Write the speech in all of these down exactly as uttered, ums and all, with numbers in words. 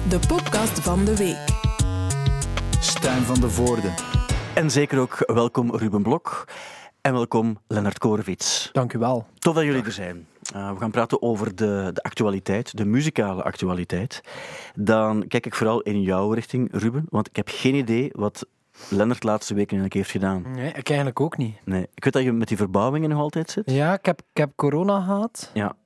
de podcast van de week. Stijn van de Voorde. En zeker ook welkom Ruben Blok en welkom Lennart Korevits. Dank u wel. Tof dat jullie er zijn. Uh, we gaan praten over de, de actualiteit, de muzikale actualiteit. Dan kijk ik vooral in jouw richting, Ruben, want ik heb geen idee wat Lennart de laatste weken eigenlijk heeft gedaan. Nee, ik eigenlijk ook niet. Nee. Ik weet dat je met die verbouwingen nog altijd zit. Ja, ik heb, ik heb corona gehad. Ja.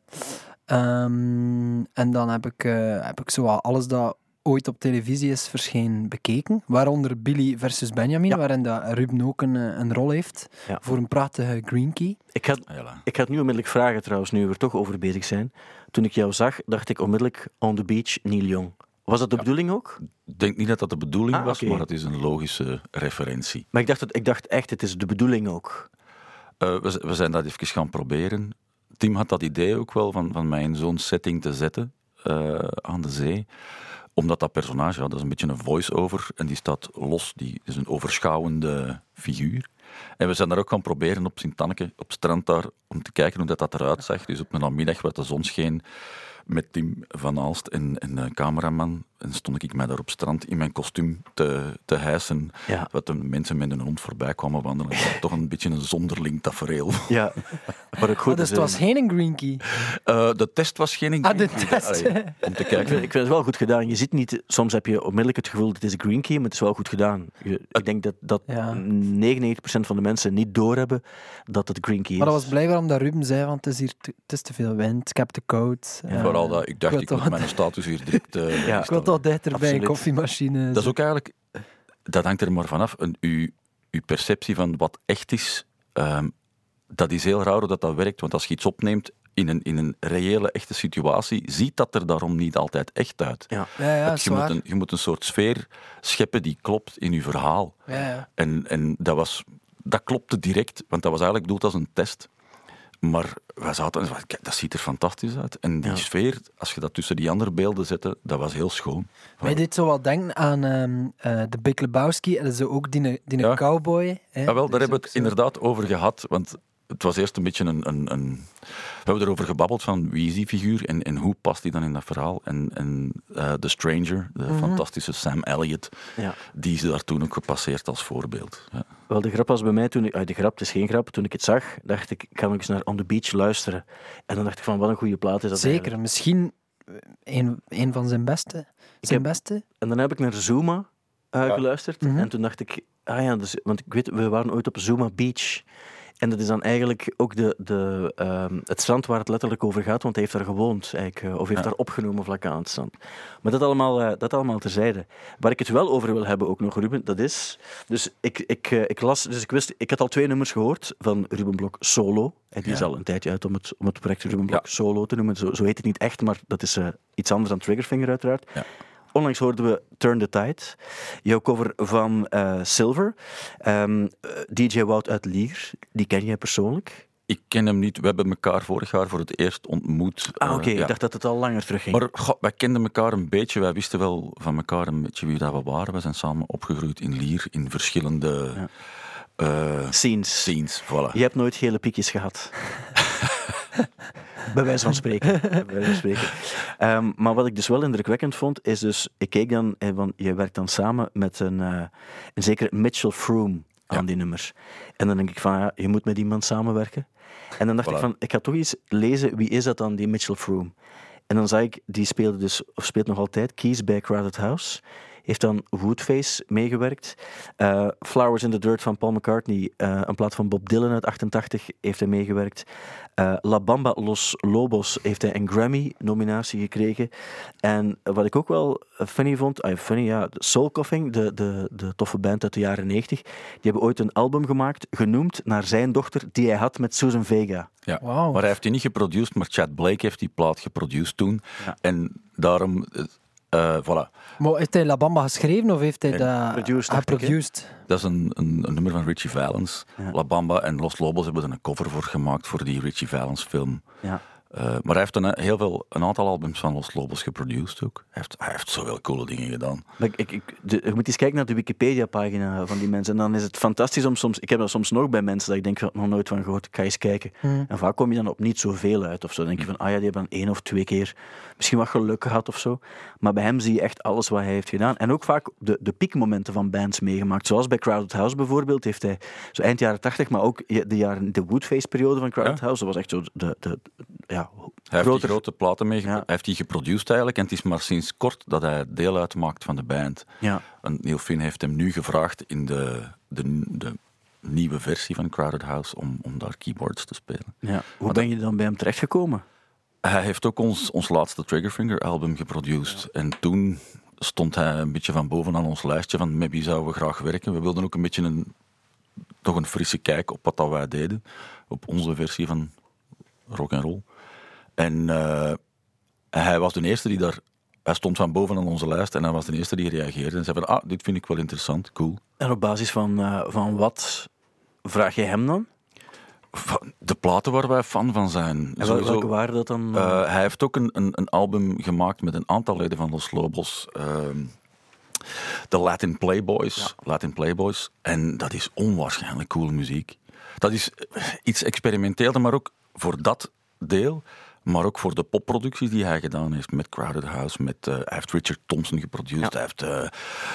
Um, en dan heb ik, uh, heb ik zo alles dat ooit op televisie is verschenen bekeken. Waaronder Billy versus Benjamin, ja. waarin dat Ruben ook een, een rol heeft. Ja. Voor een prachtige Green Key. Ik ga, ik ga het nu onmiddellijk vragen trouwens, nu we er toch over bezig zijn. Toen ik jou zag, dacht ik onmiddellijk On the Beach, Neil Young. Was dat de ja. bedoeling ook? Ik denk niet dat dat de bedoeling ah, was, okay. maar het is een logische referentie. Maar ik dacht, dat, ik dacht echt, het is de bedoeling ook. Uh, we, we zijn dat even gaan proberen. Tim had dat idee ook wel van, van mij in zo'n setting te zetten uh, aan de zee. Omdat dat personage, ja, dat is een beetje een voice-over en die staat los, die is een overschouwende figuur. En we zijn daar ook gaan proberen op Sint-Anneke, op strand daar, om te kijken hoe dat, dat eruit zag. Dus op een namiddag, wat de zon scheen, met Tim van Aalst en, en de cameraman. En stond ik mij daar op strand in mijn kostuum te, te hijsen. Ja. Wat de mensen met een hond voorbij kwamen wandelen. Toch een beetje een zonderling tafereel. Ja, maar ook goed. Oh, dus het was geen Green Key? Uh, de test was geen Green Key. Ah, de test. Allee, om te kijken. Ik vind, ik vind het wel goed gedaan. Je ziet niet, soms heb je onmiddellijk het gevoel dat het is Green Key, maar het is wel goed gedaan. Je, ik denk dat, dat ja. negenennegentig procent van de mensen niet doorhebben dat het Green Key is. Maar dat was blijkbaar omdat Ruben zei, want het is hier te, het is te veel wind, ik heb de code. Ja. Uh, Vooral dat ik dacht, ik, ik moet mijn status hier direct... Uh, ja. Ik wil toch dichter Absoluut. bij een koffiemachine. Dat is ook eigenlijk... Dat hangt er maar vanaf. Een, uw, uw perceptie van wat echt is, um, dat is heel raar hoe dat, dat werkt. Want als je iets opneemt in een, in een reële, echte situatie, ziet dat er daarom niet altijd echt uit. Ja. Ja, ja, je, moet een, je moet een soort sfeer scheppen die klopt in je verhaal. Ja, ja. En, en dat, was, dat klopte direct, want dat was eigenlijk bedoeld als een test. Maar we zaten, kijk, dat ziet er fantastisch uit. En die ja. sfeer, als je dat tussen die andere beelden zette, dat was heel schoon. Mij deed zo wat denken aan um, uh, de Big Lebowski. En zo ook die, die ja. cowboy. Hè? Ja, wel, daar hebben we het zo... inderdaad over gehad. Want het was eerst een beetje een... een, een... We hebben erover gebabbeld van wie is die figuur en, en hoe past die dan in dat verhaal. En, en uh, The Stranger, de mm-hmm. fantastische Sam Elliott, ja. die is daar toen ook gepasseerd als voorbeeld. Ja. Wel, de grap was bij mij toen ik... Uh, de grap, het is geen grap. Toen ik het zag, dacht ik, ik ga nog eens naar On the Beach luisteren. En dan dacht ik van, wat een goede plaat is dat. Zeker, eigenlijk. Misschien een, een van zijn beste. Zijn heb, beste. En dan heb ik naar Zuma uh, ja. geluisterd. Mm-hmm. En toen dacht ik, ah ja, dus, want ik weet, we waren ooit op Zuma Beach. En dat is dan eigenlijk ook de, de, um, het strand waar het letterlijk over gaat, want hij heeft daar gewoond, eigenlijk, uh, of heeft ja. daar opgenomen vlak aan het strand. Maar dat allemaal, uh, dat allemaal terzijde. Waar ik het wel over wil hebben ook nog, Ruben, dat is... Dus ik, ik, uh, ik las, dus ik wist, ik had al twee nummers gehoord van Ruben Blok Solo. En die ja. is al een tijdje uit om het, om het project Ruben Blok ja. Solo te noemen. Zo, zo heet het niet echt, maar dat is uh, iets anders dan Triggerfinger uiteraard. Ja. Onlangs hoorden we Turn the Tide, jouw cover van uh, Silver. Um, uh, D J Wout uit Lier, die ken jij persoonlijk? Ik ken hem niet. We hebben elkaar vorig jaar voor het eerst ontmoet. Ah, oké. Okay. Uh, ja. Ik dacht dat het al langer terug ging. Maar goh, wij kenden elkaar een beetje. Wij wisten wel van elkaar een beetje wie dat we waren. We zijn samen opgegroeid in Lier, in verschillende... Ja. Uh, scenes. Scenes, voilà. Je hebt nooit gele piekjes gehad. Bij wijze van spreken. Bij wijze van spreken. Um, maar wat ik dus wel indrukwekkend vond, is dus... Ik keek dan, eh, want je werkt dan samen met een, uh, een zekere Mitchell Froome aan ja. die nummers. En dan denk ik van, ja, je moet met iemand samenwerken. En dan dacht voilà. ik van, ik ga toch eens lezen, wie is dat dan, die Mitchell Froome? En dan zag ik, die speelde dus, of speelt nog altijd, Keys by Crowded House. Heeft dan Woodface meegewerkt. Uh, Flowers in the Dirt van Paul McCartney, uh, een plaat van Bob Dylan uit achtentachtig, heeft hij meegewerkt. Uh, La Bamba Los Lobos heeft hij een Grammy-nominatie gekregen. En wat ik ook wel funny vond, uh, funny ja, Soul Coughing, de, de, de toffe band uit de jaren negentig, die hebben ooit een album gemaakt, genoemd naar zijn dochter, die hij had met Susan Vega. Ja, wow. Maar hij heeft die niet geproduceerd, maar Chad Blake heeft die plaat geproduceerd toen. Ja. En daarom... Uh, voilà. Maar heeft hij La Bamba geschreven of heeft hij en dat produced, geproduced? Dat is een, een, een nummer van Richie Valens. Ja. La Bamba en Los Lobos hebben er een cover voor gemaakt voor die Richie Valens film. Ja. Uh, maar hij heeft een, heel veel, een aantal albums van Los Lobos geproduceerd ook. Hij heeft, hij heeft zoveel coole dingen gedaan. Ik, ik, ik, de, je moet eens kijken naar de Wikipedia-pagina van die mensen. En dan is het fantastisch om soms... Ik heb dat soms nog bij mensen dat ik denk, ik heb er nog nooit van gehoord. Ik ga eens kijken. Mm. En vaak kom je dan op niet zoveel uit of zo. Dan denk je van, ah ja, die hebben dan één of twee keer misschien wat geluk gehad of zo. Maar bij hem zie je echt alles wat hij heeft gedaan. En ook vaak de, de piekmomenten van bands meegemaakt. Zoals bij Crowded House bijvoorbeeld heeft hij zo eind jaren tachtig, maar ook de jaren, de Woodface-periode van Crowded ja. House. Dat was echt zo de... de ja, hij heeft die grote platen meegemaakt. Ja. Hij heeft die geproduceerd eigenlijk. En het is maar sinds kort dat hij deel uitmaakt van de band. Ja. En Neil Finn heeft hem nu gevraagd in de, de, de nieuwe versie van Crowded House om, om daar keyboards te spelen. Ja. Hoe maar ben je dan bij hem terechtgekomen? Hij heeft ook ons, ons laatste Triggerfinger album geproduceerd. Ja. En toen stond hij een beetje van bovenaan ons lijstje van met wie zouden we graag werken. We wilden ook een beetje een, toch een frisse kijk op wat dat wij deden. Op onze versie van rock and roll. En uh, hij was de eerste die daar... Hij stond van bovenaan onze lijst en hij was de eerste die reageerde en zei van, ah, dit vind ik wel interessant, cool. En op basis van, uh, van wat vraag je hem dan? De platen waar wij fan van zijn. En welke, welke waren dat dan? Uh, hij heeft ook een, een, een album gemaakt met een aantal leden van Los Lobos. De uh, Latin Playboys. Ja. Latin Playboys. En dat is onwaarschijnlijk coole muziek. Dat is iets experimenteelder, maar ook voor dat deel... Maar ook voor de popproducties die hij gedaan heeft met Crowded House. Met, uh, hij heeft Richard Thompson geproduceerd. Ja. Hij heeft... Uh,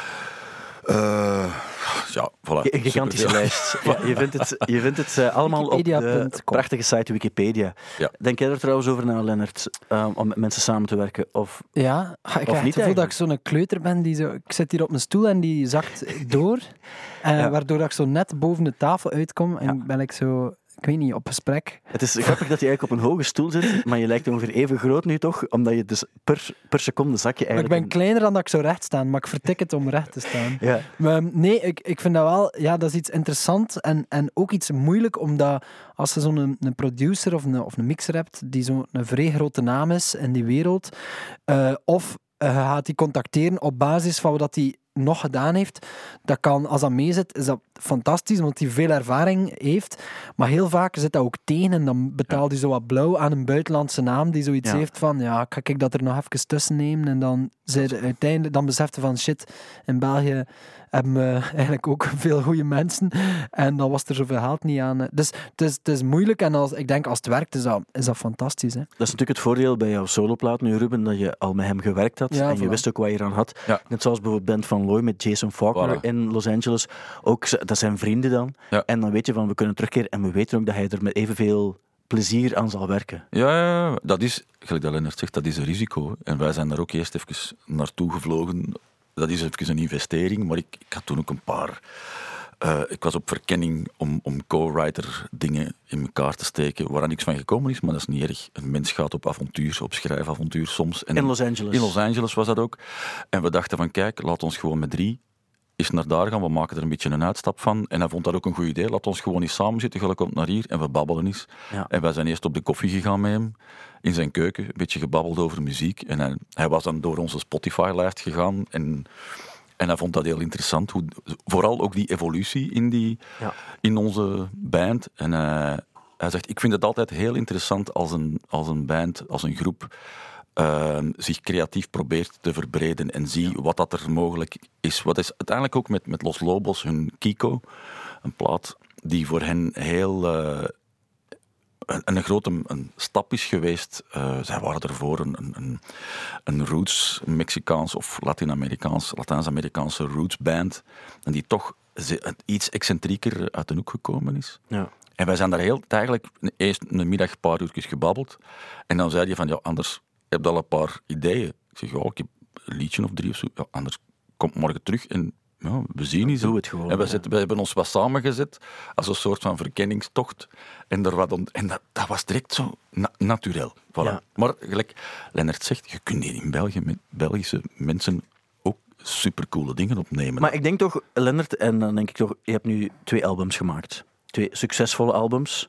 uh, ja, voilà. Een gigantische lijst. Ja, je vindt het, je vindt het uh, allemaal op de prachtige site Wikipedia. Ja. Denk jij er trouwens over na, Lennart, uh, om met mensen samen te werken? Of, ja, ik heb het gevoel dat ik zo'n kleuter ben. Die zo, ik zit hier op mijn stoel en die zakt door. uh, ja. Waardoor dat ik zo net boven de tafel uitkom. En ja. ben ik zo... Ik weet niet, op gesprek. Het is grappig dat je eigenlijk op een hoge stoel zit, maar je lijkt ongeveer even groot nu toch, omdat je dus per, per seconde zak je eigenlijk... Maar ik ben kleiner dan dat ik zo recht sta, maar ik vertik het om recht te staan. Ja. Maar nee, ik, ik vind dat wel... Ja, dat is iets interessants en, en ook iets moeilijk, omdat als je zo'n een, een producer of een, of een mixer hebt, die zo'n vrij grote naam is in die wereld, uh, of je uh, gaat die contacteren op basis van wat hij nog gedaan heeft, dat kan, als dat meezit, is dat fantastisch, want hij veel ervaring heeft. Maar heel vaak zit dat ook tegen en dan betaalt hij zo wat blauw aan een buitenlandse naam die zoiets ja. heeft van, ja, ga ik dat er nog even tussen nemen en dan, zij, uiteindelijk, dan beseft hij van, shit, in België hebben we eigenlijk ook veel goede mensen en dan was er zoveel geld niet aan. Dus het is, het is moeilijk en als, ik denk als het werkt is dat, is dat fantastisch. Hè? Dat is natuurlijk het voordeel bij jouw soloplaat nu, Ruben, dat je al met hem gewerkt had ja, en je voilà. wist ook wat je eraan had. Ja. Net zoals bijvoorbeeld Band van Looy met Jason Faulkner voilà. in Los Angeles. Ook, dat zijn vrienden dan. Ja. En dan weet je van, we kunnen terugkeren en we weten ook dat hij er met evenveel plezier aan zal werken. Ja, ja, dat is, gelijk dat Lennart zegt, dat is een risico. En wij zijn daar ook eerst even naartoe gevlogen. Dat is even een investering, maar ik, ik had toen ook een paar... Uh, ik was op verkenning om, om co-writer dingen in elkaar te steken, waar niks van gekomen is, maar dat is niet erg. Een mens gaat op avontuur, op schrijfavontuur soms. En in Los Angeles. In Los Angeles was dat ook. En we dachten van, kijk, laat ons gewoon met drie eens naar daar gaan, we maken er een beetje een uitstap van. En hij vond dat ook een goed idee, laat ons gewoon eens samen zitten, gelijk komt naar hier, en we babbelen eens. Ja. En wij zijn eerst op de koffie gegaan met hem, in zijn keuken, een beetje gebabbeld over muziek. En hij, hij was dan door onze Spotify-lijst gegaan en... En hij vond dat heel interessant, hoe, vooral ook die evolutie in, die, ja. in onze band. En uh, hij zegt, ik vind het altijd heel interessant als een, als een band, als een groep uh, zich creatief probeert te verbreden en zie ja. wat dat er mogelijk is. Wat is uiteindelijk ook met, met Los Lobos, hun Kiko, een plaat die voor hen heel... Uh, Een, een grote een stap is geweest. Uh, zij waren ervoor een, een, een roots Mexicaans of Latino-Amerikaans, Latijns-Amerikaanse roots band. En die toch iets excentrieker uit de hoek gekomen is. Ja. En wij zijn daar heel eigenlijk eerst een middag een paar uurtjes gebabbeld. En dan zei je van, ja, anders heb je al een paar ideeën. Ik zeg, ja, ik heb een liedje of drie of zo. Ja, anders kom morgen terug en ja, we zien iets. Doe het gewoon. En we, zitten, we hebben ons wat samengezet als een soort van verkenningstocht. En, er wat on- en dat, dat was direct zo na- naturel. Voilà. Ja. Maar gelijk Lennart zegt, je kunt hier in België met Belgische mensen ook supercoole dingen opnemen. Maar ik denk toch, Lennart, en dan denk ik toch, je hebt nu twee albums gemaakt. Twee succesvolle albums.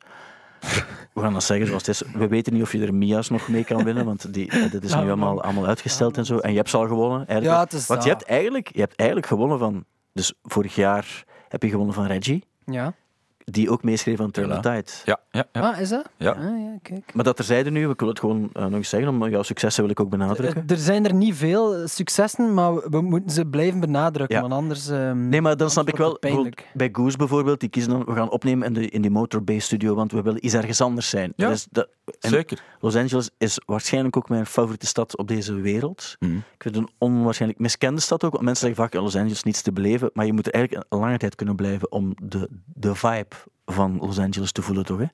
We gaan dat zeggen zoals het is. We weten niet of je er Mia's nog mee kan winnen, want die, dat is nu allemaal, allemaal uitgesteld en zo. En je hebt ze al gewonnen. Ja, het is want je hebt, eigenlijk, je hebt eigenlijk gewonnen van... Dus vorig jaar heb je gewonnen van Reggie. Ja. die ook meeschreef aan Turn the Tide. Ja, ja, ja. Ah, is dat? Ja. Ah, ja, kijk. Maar dat terzijde nu, ik wil het gewoon uh, nog eens zeggen, om jouw successen wil ik ook benadrukken. Er zijn er niet veel successen, maar we moeten ze blijven benadrukken, Ja. want anders... Um, Nee, maar dan snap ik wel, pijnlijk. bij Goose bijvoorbeeld, die kiezen dan, we gaan opnemen in, de, in die Motorbase studio, want we willen iets ergens anders zijn. Ja, dus dat, en zeker. Los Angeles is waarschijnlijk ook mijn favoriete stad op deze wereld. Mm. Ik vind het een onwaarschijnlijk miskende stad ook, want mensen zeggen vaak, ja, Los Angeles niets te beleven, maar je moet er eigenlijk een lange tijd kunnen blijven om de, de vibe van Los Angeles te voelen, toch? Hè?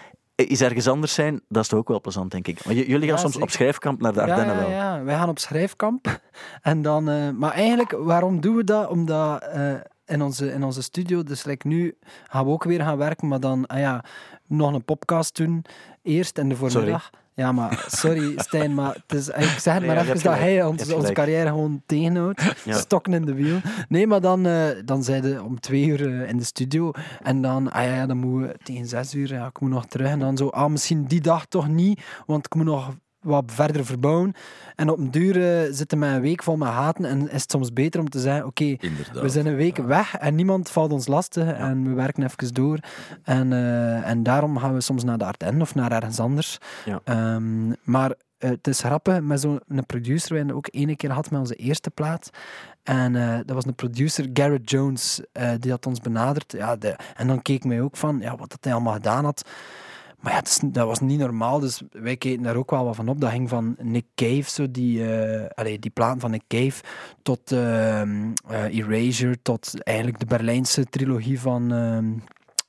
Is ergens anders zijn, dat is toch ook wel plezant, denk ik. Maar j- jullie gaan Ja, soms zeker. op schrijfkamp naar de Ardennen ja, ja, wel. ja, wij gaan op schrijfkamp. En dan, uh, maar eigenlijk, waarom doen we dat? Omdat uh, in, onze, in onze studio, dus like nu gaan we ook weer gaan werken, maar dan ah ja, nog een podcast doen eerst en de voormiddag. Sorry. Ja, maar sorry Stijn, maar het is, ik zeg het Nee, maar je even hebt dat gelijk. hij Je ons, hebt onze gelijk. carrière gewoon tegenhoudt. Ja. Stokken in de wiel. Nee, maar dan, uh, dan zijn we om twee uur uh, in de studio en dan, ah ja, dan moeten we tegen zes uur, ja, ik moet nog terug en dan zo, ah, misschien die dag toch niet, want ik moet nog wat verder verbouwen. En op een duur uh, zitten we een week vol met haten en is het soms beter om te zeggen, oké, okay, we zijn een week ja. weg en niemand valt ons lastig ja. en we werken even door. En, uh, en daarom gaan we soms naar de Ardennen of naar ergens anders. Ja. Um, maar uh, het is grappig, met zo'n producer, we hebben ook ene keer gehad met onze eerste plaat. En uh, dat was een producer, Garrett Jones, uh, die had ons benaderd. Ja, de, en dan keek mij ook van, ja, wat dat hij allemaal gedaan had. Maar ja, is, dat was niet normaal, dus wij keken daar ook wel wat van op. Dat ging van Nick Cave, zo die, uh, allee, die platen van Nick Cave, tot uh, uh, Erasure, tot eigenlijk de Berlijnse trilogie van... Um,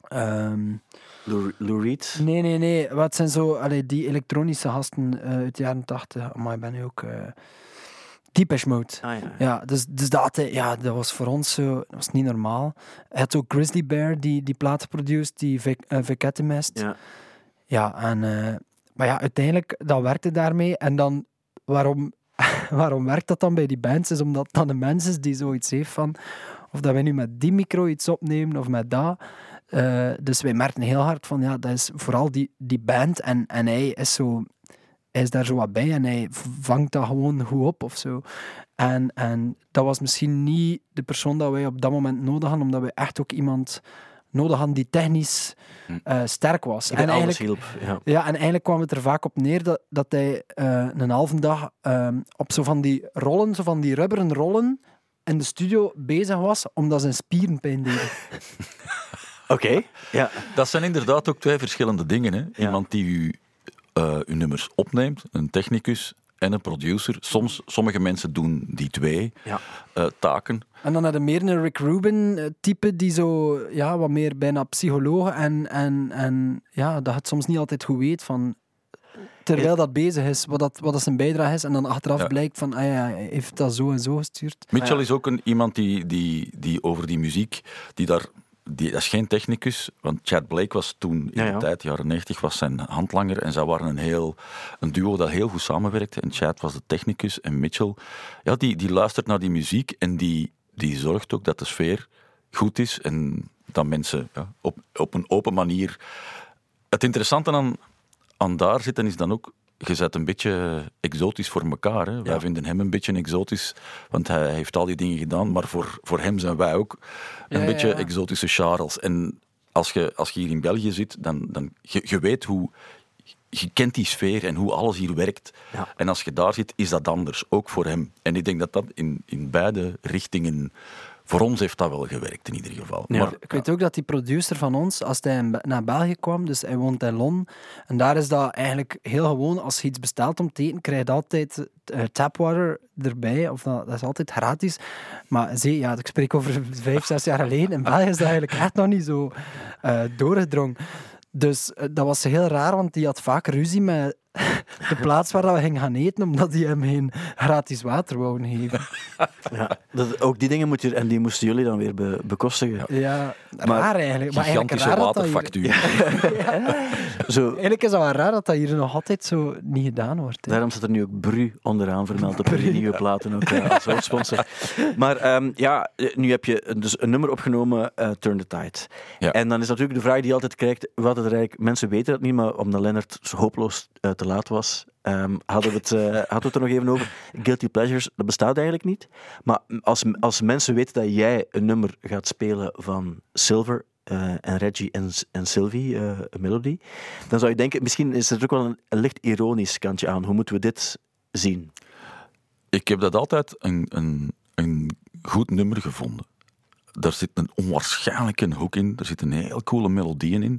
um, Lou, Lou Reed? Nee, nee, nee. Wat zijn zo allee, die elektronische gasten uh, uit de jaren tachtig? Maar ik ben nu ook... Uh, Depeche Mode. Ah, ja, ja. Ja, dus, dus dat, ja, dat was voor ons zo... Dat was niet normaal. Hij had ook Grizzly Bear, die, die plaat geproduceerd, die Vekettemest. Ja. Ja, en, uh, maar ja, uiteindelijk, dat werkte daarmee. En dan, waarom, waarom werkt dat dan bij die bands? Is omdat dan een mens is die zoiets heeft van... Of dat wij nu met die micro iets opnemen, of met dat. Uh, dus wij merken heel hard van, ja, dat is vooral die, die band. En, en hij is zo... Hij is daar zo wat bij en hij vangt dat gewoon goed op of zo. En, en dat was misschien niet de persoon dat wij op dat moment nodig hadden, omdat wij echt ook iemand... nodig hadden die technisch uh, sterk was. En en alles eigenlijk, hielp. Ja. ja, en eigenlijk kwam het er vaak op neer dat, dat hij uh, een halve dag uh, op zo van die rollen, zo van die rubberen rollen, in de studio bezig was, omdat zijn spieren pijn deden. Oké. Okay. Ja. Dat zijn inderdaad ook twee verschillende dingen. Hè? Ja. Iemand die u, uh, uw nummers opneemt, een technicus en een producer. Soms, sommige mensen doen die twee ja. uh, taken. En dan had je meer een Rick Rubin-type die zo, ja, wat meer bijna psycholoog en, en, en ja, dat het soms niet altijd goed weet van... Terwijl dat bezig is, wat dat, wat dat zijn bijdrage is, en dan achteraf ja. blijkt van, ah ja, hij heeft dat zo en zo gestuurd. Mitchell ah ja. is ook een, iemand die, die, die over die muziek, die daar... Die, dat is geen technicus, want Chad Blake was toen in ja, ja. de tijd, jaren negentig, was zijn handlanger en zij waren een, heel, een duo dat heel goed samenwerkte. En Chad was de technicus en Mitchell, ja, die, die luistert naar die muziek en die, die zorgt ook dat de sfeer goed is en dat mensen ja, op, op een open manier... Het interessante aan, aan daar zitten is dan ook, je zet een beetje exotisch voor elkaar. Hè. Ja. Wij vinden hem een beetje exotisch, want hij heeft al die dingen gedaan, maar voor, voor hem zijn wij ook een ja, beetje ja, ja. exotische Charles. En als je, als je hier in België zit, dan, dan je, je weet hoe... Je kent die sfeer en hoe alles hier werkt. Ja. En als je daar zit, is dat anders, ook voor hem. En ik denk dat dat in, in beide richtingen... Voor ons heeft dat wel gewerkt, in ieder geval. Ja. Maar, ik weet ook dat die producer van ons, als hij naar België kwam, dus hij woont in Londen, en daar is dat eigenlijk heel gewoon, als je iets bestelt om te eten, krijg je altijd uh, tapwater erbij, of dat, dat is altijd gratis. Maar zie, ja, ik spreek over vijf, zes jaar geleden, in België is dat eigenlijk echt nog niet zo uh, doorgedrongen. Dus uh, dat was heel raar, want die had vaak ruzie met de plaats waar we gingen gaan eten, omdat die hem geen gratis water wouden geven. Ja, dat, ook die dingen moet je, en die moesten jullie dan weer be, bekostigen. Ja, ja maar, raar eigenlijk. Maar gigantische eigenlijk waterfactuur. Ja. Ja. Zo. Eigenlijk is dat wel raar dat dat hier nog altijd zo niet gedaan wordt. Hè. Daarom staat er nu ook Bru onderaan vermeld op die nieuwe platen ook, ja, als hoofdsponsor. Maar um, ja, nu heb je dus een nummer opgenomen, uh, Turn the Tide. Ja. En dan is natuurlijk de vraag die je altijd krijgt, wat het eigenlijk, mensen weten dat niet, maar omdat Lennart zo hopeloos uh, te laat was, um, hadden, we het, uh, hadden we het er nog even over. Guilty Pleasures, dat bestaat eigenlijk niet. Maar als, als mensen weten dat jij een nummer gaat spelen van Silver, uh, en Reggie en, en Sylvie, uh, een melodie, dan zou je denken, misschien is er ook wel een, een licht ironisch kantje aan. Hoe moeten we dit zien? Ik heb dat altijd een, een, een goed nummer gevonden. Daar zit een onwaarschijnlijke hoek in, er zitten heel coole melodieën in.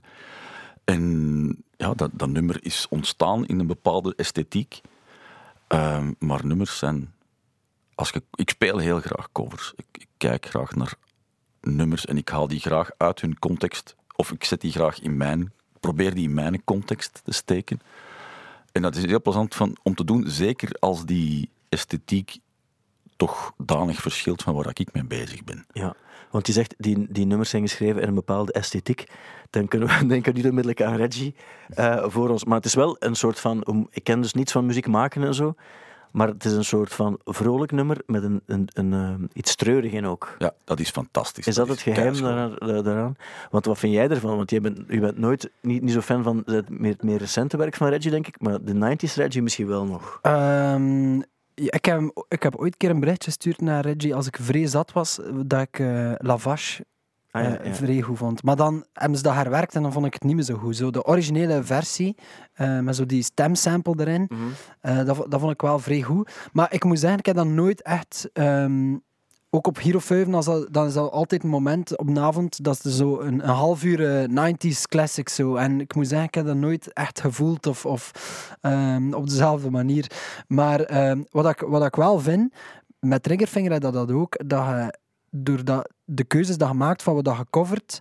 En ja, dat, dat nummer is ontstaan in een bepaalde esthetiek. Uh, maar nummers zijn... Als je, ik speel heel graag covers. Ik, ik kijk graag naar nummers en ik haal die graag uit hun context. Of ik zet die graag in mijn... probeer die in mijn context te steken. En dat is heel plezant van, om te doen, zeker als die esthetiek toch danig verschilt van waar ik mee bezig ben. Ja, want je zegt, die, die nummers zijn geschreven in een bepaalde esthetiek. Dan kunnen we denken niet onmiddellijk aan Reggie uh, voor ons. Maar het is wel een soort van... Um, ik ken dus niets van muziek maken en zo, maar het is een soort van vrolijk nummer met een, een, een, uh, iets treurig in ook. Ja, dat is fantastisch. Is dat, dat het geheim daaraan, daaraan? Want wat vind jij ervan? Want je bent, je bent nooit niet, niet zo fan van het meer, meer recente werk van Reggie, denk ik, maar de nineties Reggie misschien wel nog. Um... Ja, ik, heb, ik heb ooit een keer een berichtje gestuurd naar Reggie als ik vrij zat was, dat ik uh, La Vache uh, ah, ja, ja. vrij goed vond. Maar dan hebben ze dat herwerkt en dan vond ik het niet meer zo goed. Zo, de originele versie, uh, met zo die stemsample erin, mm-hmm. uh, dat, dat vond ik wel vrij goed. Maar ik moet zeggen, ik heb dat nooit echt... Um, ook op Hero vijf, dan is dat altijd een moment op een avond, dat is zo een, een half uur uh, nineties classic zo. En ik moet zeggen, ik heb dat nooit echt gevoeld of, of um, op dezelfde manier. Maar um, wat, ik, wat ik wel vind, met Triggerfinger heb dat, dat ook, dat je, doordat de keuzes die je maakt van wat je covert,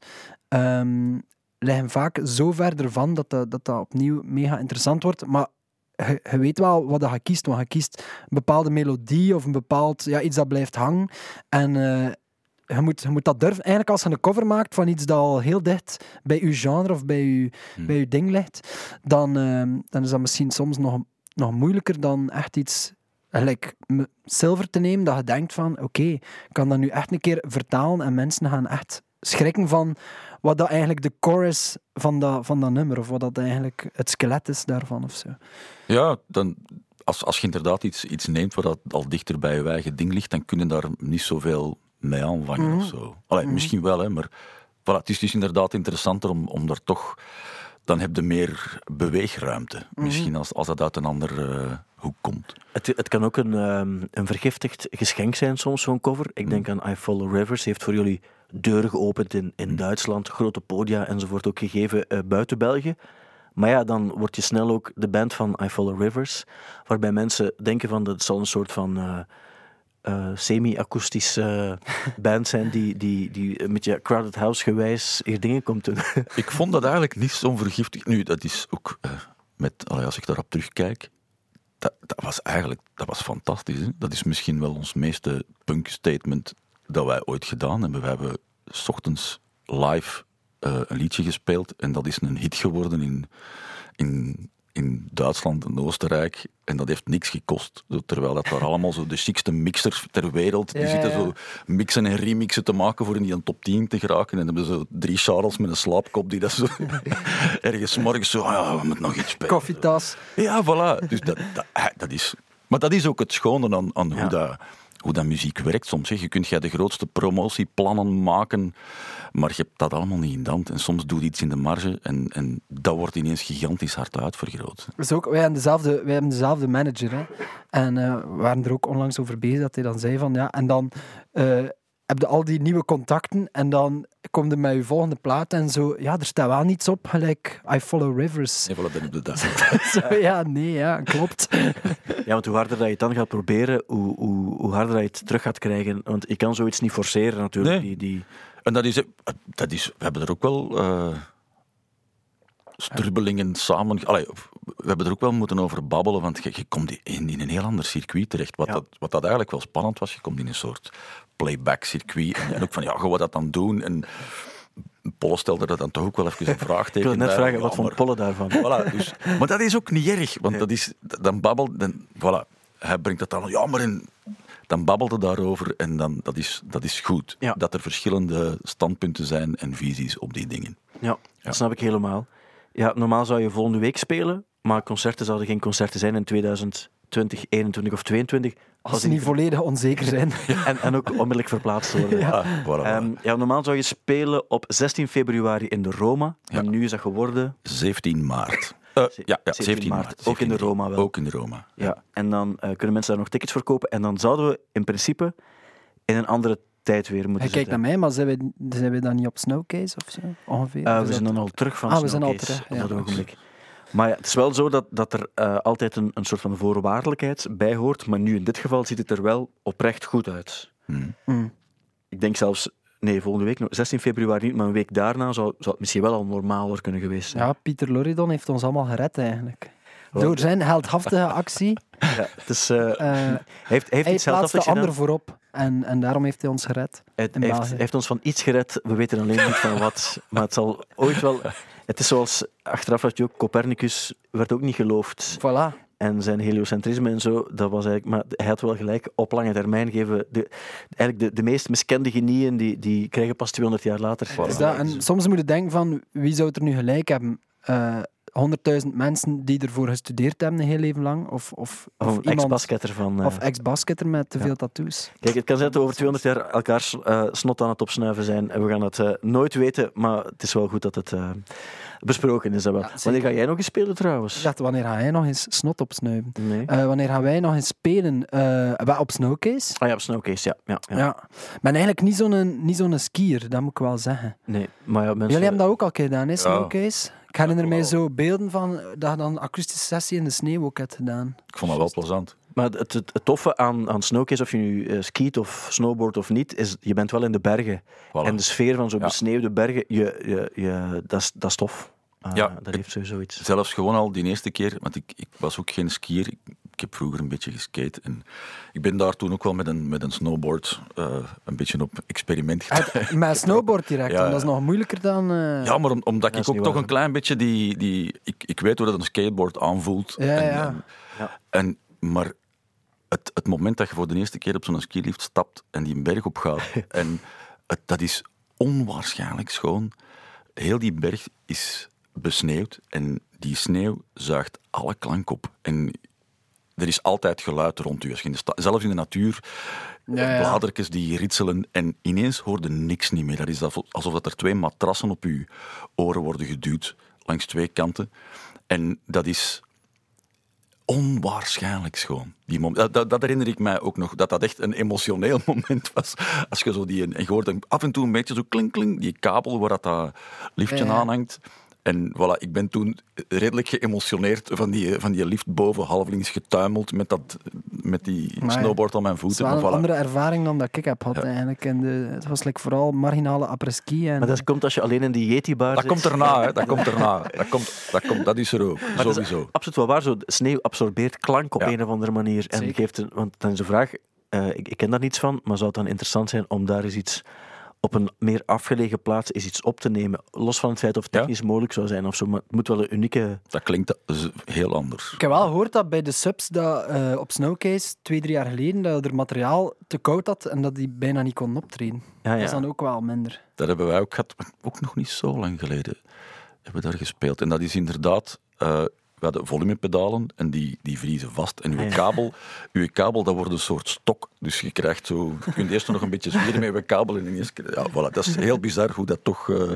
um, liggen vaak zo verder van dat dat, dat dat opnieuw mega interessant wordt. Maar Je, je weet wel wat je kiest, want je kiest een bepaalde melodie of een bepaald ja, iets dat blijft hangen. En uh, je, moet, je moet dat durven. Eigenlijk als je een cover maakt van iets dat al heel dicht bij je genre of bij je, hmm. bij je ding ligt, dan, uh, dan is dat misschien soms nog, nog moeilijker dan echt iets gelijk Silver te nemen, dat je denkt van oké, okay, ik kan dat nu echt een keer vertalen en mensen gaan echt schrikken van wat dat eigenlijk de core is van dat, van dat nummer, of wat dat eigenlijk het skelet is daarvan, of zo. Ja, dan, als, als je inderdaad iets, iets neemt wat dat al dichter bij je eigen ding ligt, dan kun je daar niet zoveel mee aanvangen, mm-hmm. of zo. Allee, mm-hmm. Misschien wel, hè, maar voilà, het is dus inderdaad interessanter om, om daar toch... Dan heb je meer beweegruimte, mm-hmm. misschien, als, als dat uit een andere uh, hoek komt. Het, het kan ook een, um, een vergiftigd geschenk zijn, soms, zo'n cover. Ik denk mm. aan I Follow Rivers, heeft voor jullie deuren geopend in, in mm. Duitsland, grote podia enzovoort ook gegeven uh, buiten België. Maar ja, dan word je snel ook de band van I Follow Rivers, waarbij mensen denken van dat het zal een soort van... Uh, Uh, semi-akoestische uh, band zijn die, die, die een beetje Crowded House gewijs hier dingen komt doen. Ik vond dat eigenlijk niet zo vergiftig. Nu, dat is ook, uh, met, allee, als ik daarop terugkijk, dat, dat was eigenlijk dat was fantastisch. Hè? Dat is misschien wel ons meeste punk-statement dat wij ooit gedaan hebben. We hebben 's ochtends live uh, een liedje gespeeld en dat is een hit geworden in... in in Duitsland en Oostenrijk. En dat heeft niks gekost. Terwijl dat daar allemaal zo de chicste mixers ter wereld, die ja, zitten ja. zo mixen en remixen te maken voor in die top tien te geraken. En dan hebben ze zo drie Charles met een slaapkop die dat zo ergens morgens zo, ah ja, we moeten nog iets spelen. Koffietas. Ja, voilà. Dus dat, dat, dat is... Maar dat is ook het schone aan, aan ja. hoe dat... hoe dat muziek werkt soms. Hè. Je kunt jij de grootste promotieplannen maken, maar je hebt dat allemaal niet in de hand. En soms doe je iets in de marge en, en dat wordt ineens gigantisch hard uitvergroot. Dus ook, wij, hebben dezelfde, wij hebben dezelfde manager. Hè. En uh, we waren er ook onlangs over bezig dat hij dan zei van ja, en dan uh, heb je al die nieuwe contacten en dan kom je met je volgende plaat en zo, ja, er staat wel niets op, gelijk I Follow Rivers. Nee, voilà, dan heb je dat. Zo, ja, nee, ja, klopt. Ja, want hoe harder dat je het dan gaat proberen, hoe, hoe, hoe harder dat je het terug gaat krijgen. Want je kan zoiets niet forceren, natuurlijk. Nee. Die, die... En dat is, dat is... We hebben er ook wel... Uh, strubbelingen samen... Allee, we hebben er ook wel moeten over babbelen, want je, je komt in, in een heel ander circuit terecht. Wat, ja. dat, wat dat eigenlijk wel spannend was, je komt in een soort playback-circuit. En, en ook van, ja, gaan we dat dan doen? En Polle stelde dat dan toch ook wel even een vraagteken. Ik wil net bij, vragen, ja, wat vond Polle daarvan? Voilà, dus, maar dat is ook niet erg, want dat is, dan babbelt... Dan, voilà, hij brengt dat dan... Ja, maar in, dan babbelt het daarover en dan, dat, is, dat is goed. Ja. Dat er verschillende standpunten zijn en visies op die dingen. Ja, ja. Dat snap ik helemaal. Ja, normaal zou je volgende week spelen, maar concerten zouden geen concerten zijn in tweeduizend twintig eenentwintig of tweeëntwintig. Als ze niet volledig onzeker zijn. En, en ook onmiddellijk verplaatst worden. Ja. Ah, voilà, voilà. Um, ja, normaal zou je spelen op zestien februari in de Roma. Ja. En nu is dat geworden... zeventien maart. Uh, ja, ja, zeventien maart. maart. Ook in de Roma wel. Ook in de Roma. Ja. En dan uh, kunnen mensen daar nog tickets voor kopen. En dan zouden we in principe in een andere tijd weer moeten Hij kijkt naar mij, maar zijn we, zijn we dan niet op Snowcase of zo? Ongeveer? Uh, Of we is zijn dat- dan al terug van Ah, we zijn al Snowcase terug, ja. op dat ogenblik. Maar ja, het is wel zo dat, dat er uh, altijd een, een soort van voorwaardelijkheid bij hoort. Maar nu in dit geval ziet het er wel oprecht goed uit. Hmm. Mm. Ik denk zelfs... Nee, volgende week, zestien februari niet, maar een week daarna zou, zou het misschien wel al normaler kunnen geweest zijn. Ja, Pieter Loridon heeft ons allemaal gered eigenlijk. Wat? Door zijn heldhaftige actie. Ja, het is, uh, Uh, hij heeft, heeft hij iets plaatst de heldhaftigs ander gedaan. voorop. En, en daarom heeft hij ons gered. Hij in heeft, België. heeft ons van iets gered, we weten alleen niet van wat. Maar het zal ooit wel... Het is zoals, achteraf had je ook, Copernicus werd ook niet geloofd. Voilà. En zijn heliocentrisme en zo, dat was eigenlijk... Maar hij had wel gelijk, op lange termijn geven... De, eigenlijk de, de meest miskende genieën, die, die krijgen pas tweehonderd jaar later. Voilà. Is dat, en soms moet je denken van, wie zou er nu gelijk hebben? Uh, honderdduizend mensen die ervoor gestudeerd hebben een heel leven lang? Of, of, Of of een iemand... ex-basketter van... uh, Of ex-basketter met te ja. veel tattoos. Kijk, het kan zijn dat we over tweehonderd jaar elkaar uh, snot aan het opsnuiven zijn. En we gaan het uh, nooit weten, maar het is wel goed dat het uh, besproken is. Dat wel. Ja, zeker. Wanneer ga jij nog eens spelen trouwens? Ik dacht, wanneer ga jij nog eens snot opsnuiven? Nee. Uh, wanneer gaan wij nog eens spelen? Uh, wel op Snowcase? Ah ja, op Snowcase, ja. ja, ja. Ja. Ik ben eigenlijk niet zo'n, niet zo'n skier, dat moet ik wel zeggen. Nee, maar ja, mensen... Jullie hebben dat ook al een keer gedaan, hè, Snowcase? Ik herinner Ja, mij wel. zo beelden van dat je dan een akoestische sessie in de sneeuw ook hebt gedaan. Ik vond dat wel plezant. Maar het, het, het toffe aan, aan Snowcase, of je nu uh, skiet of snowboard of niet, is je bent wel in de bergen. Voilà. En de sfeer van zo'n Ja. besneeuwde bergen, je, je, je, dat, is, dat is tof. Uh, Ja, dat ik- heeft sowieso iets. Zelfs gewoon al die eerste keer, want ik, ik was ook geen skier. Ik, ik heb vroeger een beetje geskate. En ik ben daar toen ook wel met een, met een snowboard uh, een beetje op experiment gedaan. Het, met snowboard direct, Ja, want dat is ja. nog moeilijker dan... uh, Ja, maar om- omdat Dat ik is ook niet toch waar. een klein beetje die... die ik, ik weet hoe dat een skateboard aanvoelt. Ja, en, ja. En, Ja. en, maar het, het moment dat je voor de eerste keer op zo'n skilift stapt en die een berg op gaat, en het, dat is onwaarschijnlijk schoon. Heel die berg is besneeuwd en die sneeuw zuigt alle klank op. En er is altijd geluid rond u. Als je in de sta- zelfs in de natuur, Ja, ja. bladertjes die ritselen en ineens hoorde niks niet meer. Dat is alsof dat er twee matrassen op uw oren worden geduwd, langs twee kanten. En dat is onwaarschijnlijk schoon. Die mom- dat, dat, dat herinner ik mij ook nog, dat dat echt een emotioneel moment was. Als je zo die... En je hoort dan af en toe een beetje zo klink, klink, die kabel waar dat, dat liftje Ja, ja. aanhangt. En voilà, ik ben toen redelijk geëmotioneerd van die, van die lift boven, halvelings getuimeld met, dat, met die Maar ja, snowboard aan mijn Het is voeten. wel een Maar voilà. andere ervaring dan dat ik heb gehad Ja. eigenlijk. En de, het was like, vooral marginale après-ski. En, Maar dat komt als je alleen in die Yeti-bar Dat zit. komt erna, hè. Dat komt erna. Dat, komt, dat, komt, dat is er ook, Maar dat is sowieso. absoluut wel waar. Zo, de sneeuw absorbeert klank op Ja. een of andere manier. En Zeker. geeft een, want dan is de vraag, uh, ik, ik ken daar niets van, maar zou het dan interessant zijn om daar eens iets op een meer afgelegen plaats is iets op te nemen, los van het feit of het Ja. technisch mogelijk zou zijn of zo, maar het moet wel een unieke... Dat klinkt z- heel anders. Ik heb wel gehoord dat bij de subs dat, uh, op Snowcase, twee, drie jaar geleden, dat er materiaal te koud had en dat die bijna niet kon optreden. Ja, Dat ja. is dan ook wel minder. Dat hebben wij ook gehad, maar ook nog niet zo lang geleden hebben we daar gespeeld. En dat is inderdaad... Uh, we hadden volumepedalen en die, die vriezen vast. En uw Ah, ja. kabel, uw kabel, dat wordt een soort stok. Dus je krijgt zo... Je kunt eerst nog een beetje zwieren met je kabel en ineens... Ja, voilà, dat is heel bizar hoe dat toch... Uh,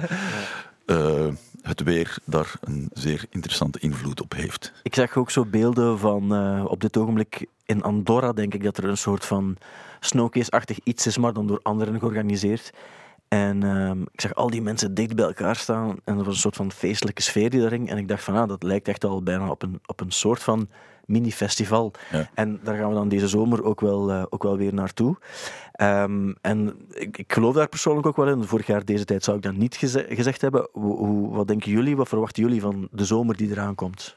uh, het weer daar een zeer interessante invloed op heeft. Ik zag ook zo beelden van uh, op dit ogenblik in Andorra, denk ik, dat er een soort van snowcase-achtig iets is, maar dan door anderen georganiseerd. En um, ik zag al die mensen dicht bij elkaar staan en er was een soort van feestelijke sfeer die daar hing. En ik dacht van, ah, dat lijkt echt al bijna op een, op een soort van mini-festival. Ja. En daar gaan we dan deze zomer ook wel, uh, ook wel weer naartoe. Um, en ik, ik geloof daar persoonlijk ook wel in. Vorig jaar deze tijd zou ik dat niet geze- gezegd hebben. Hoe, hoe, wat denken jullie, wat verwachten jullie van de zomer die eraan komt?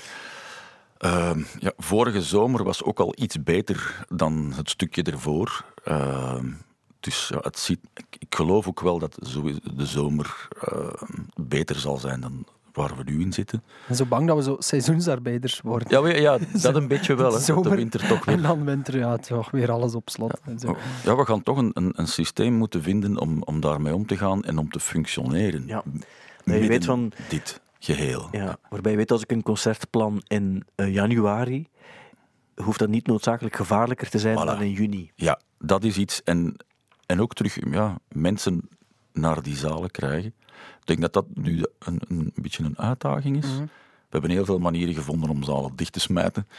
Uh, ja, vorige zomer was ook al iets beter dan het stukje ervoor. Uh, dus ja, het ziet, ik, ik geloof ook wel dat de zomer uh, beter zal zijn dan waar we nu in zitten. En zo bang dat we zo seizoensarbeiders worden. Ja, we, ja dat een beetje wel. Hè, Zomer, dat de winter toch weer... En dan winter, ja, toch weer alles op slot. Ja, en zo. ja we gaan toch een, een, een systeem moeten vinden om, om daarmee om te gaan en om te functioneren. Ja. Midden Je weet van, dit geheel. ja, waarbij je weet, als ik een concert plan in uh, januari, hoeft dat niet noodzakelijk gevaarlijker te zijn Voilà. dan in juni. Ja, dat is iets. En, en ook terug ja, mensen naar die zalen krijgen. Ik denk dat dat nu een, een beetje een uitdaging is. Mm-hmm. We hebben heel veel manieren gevonden om zalen dicht te smijten.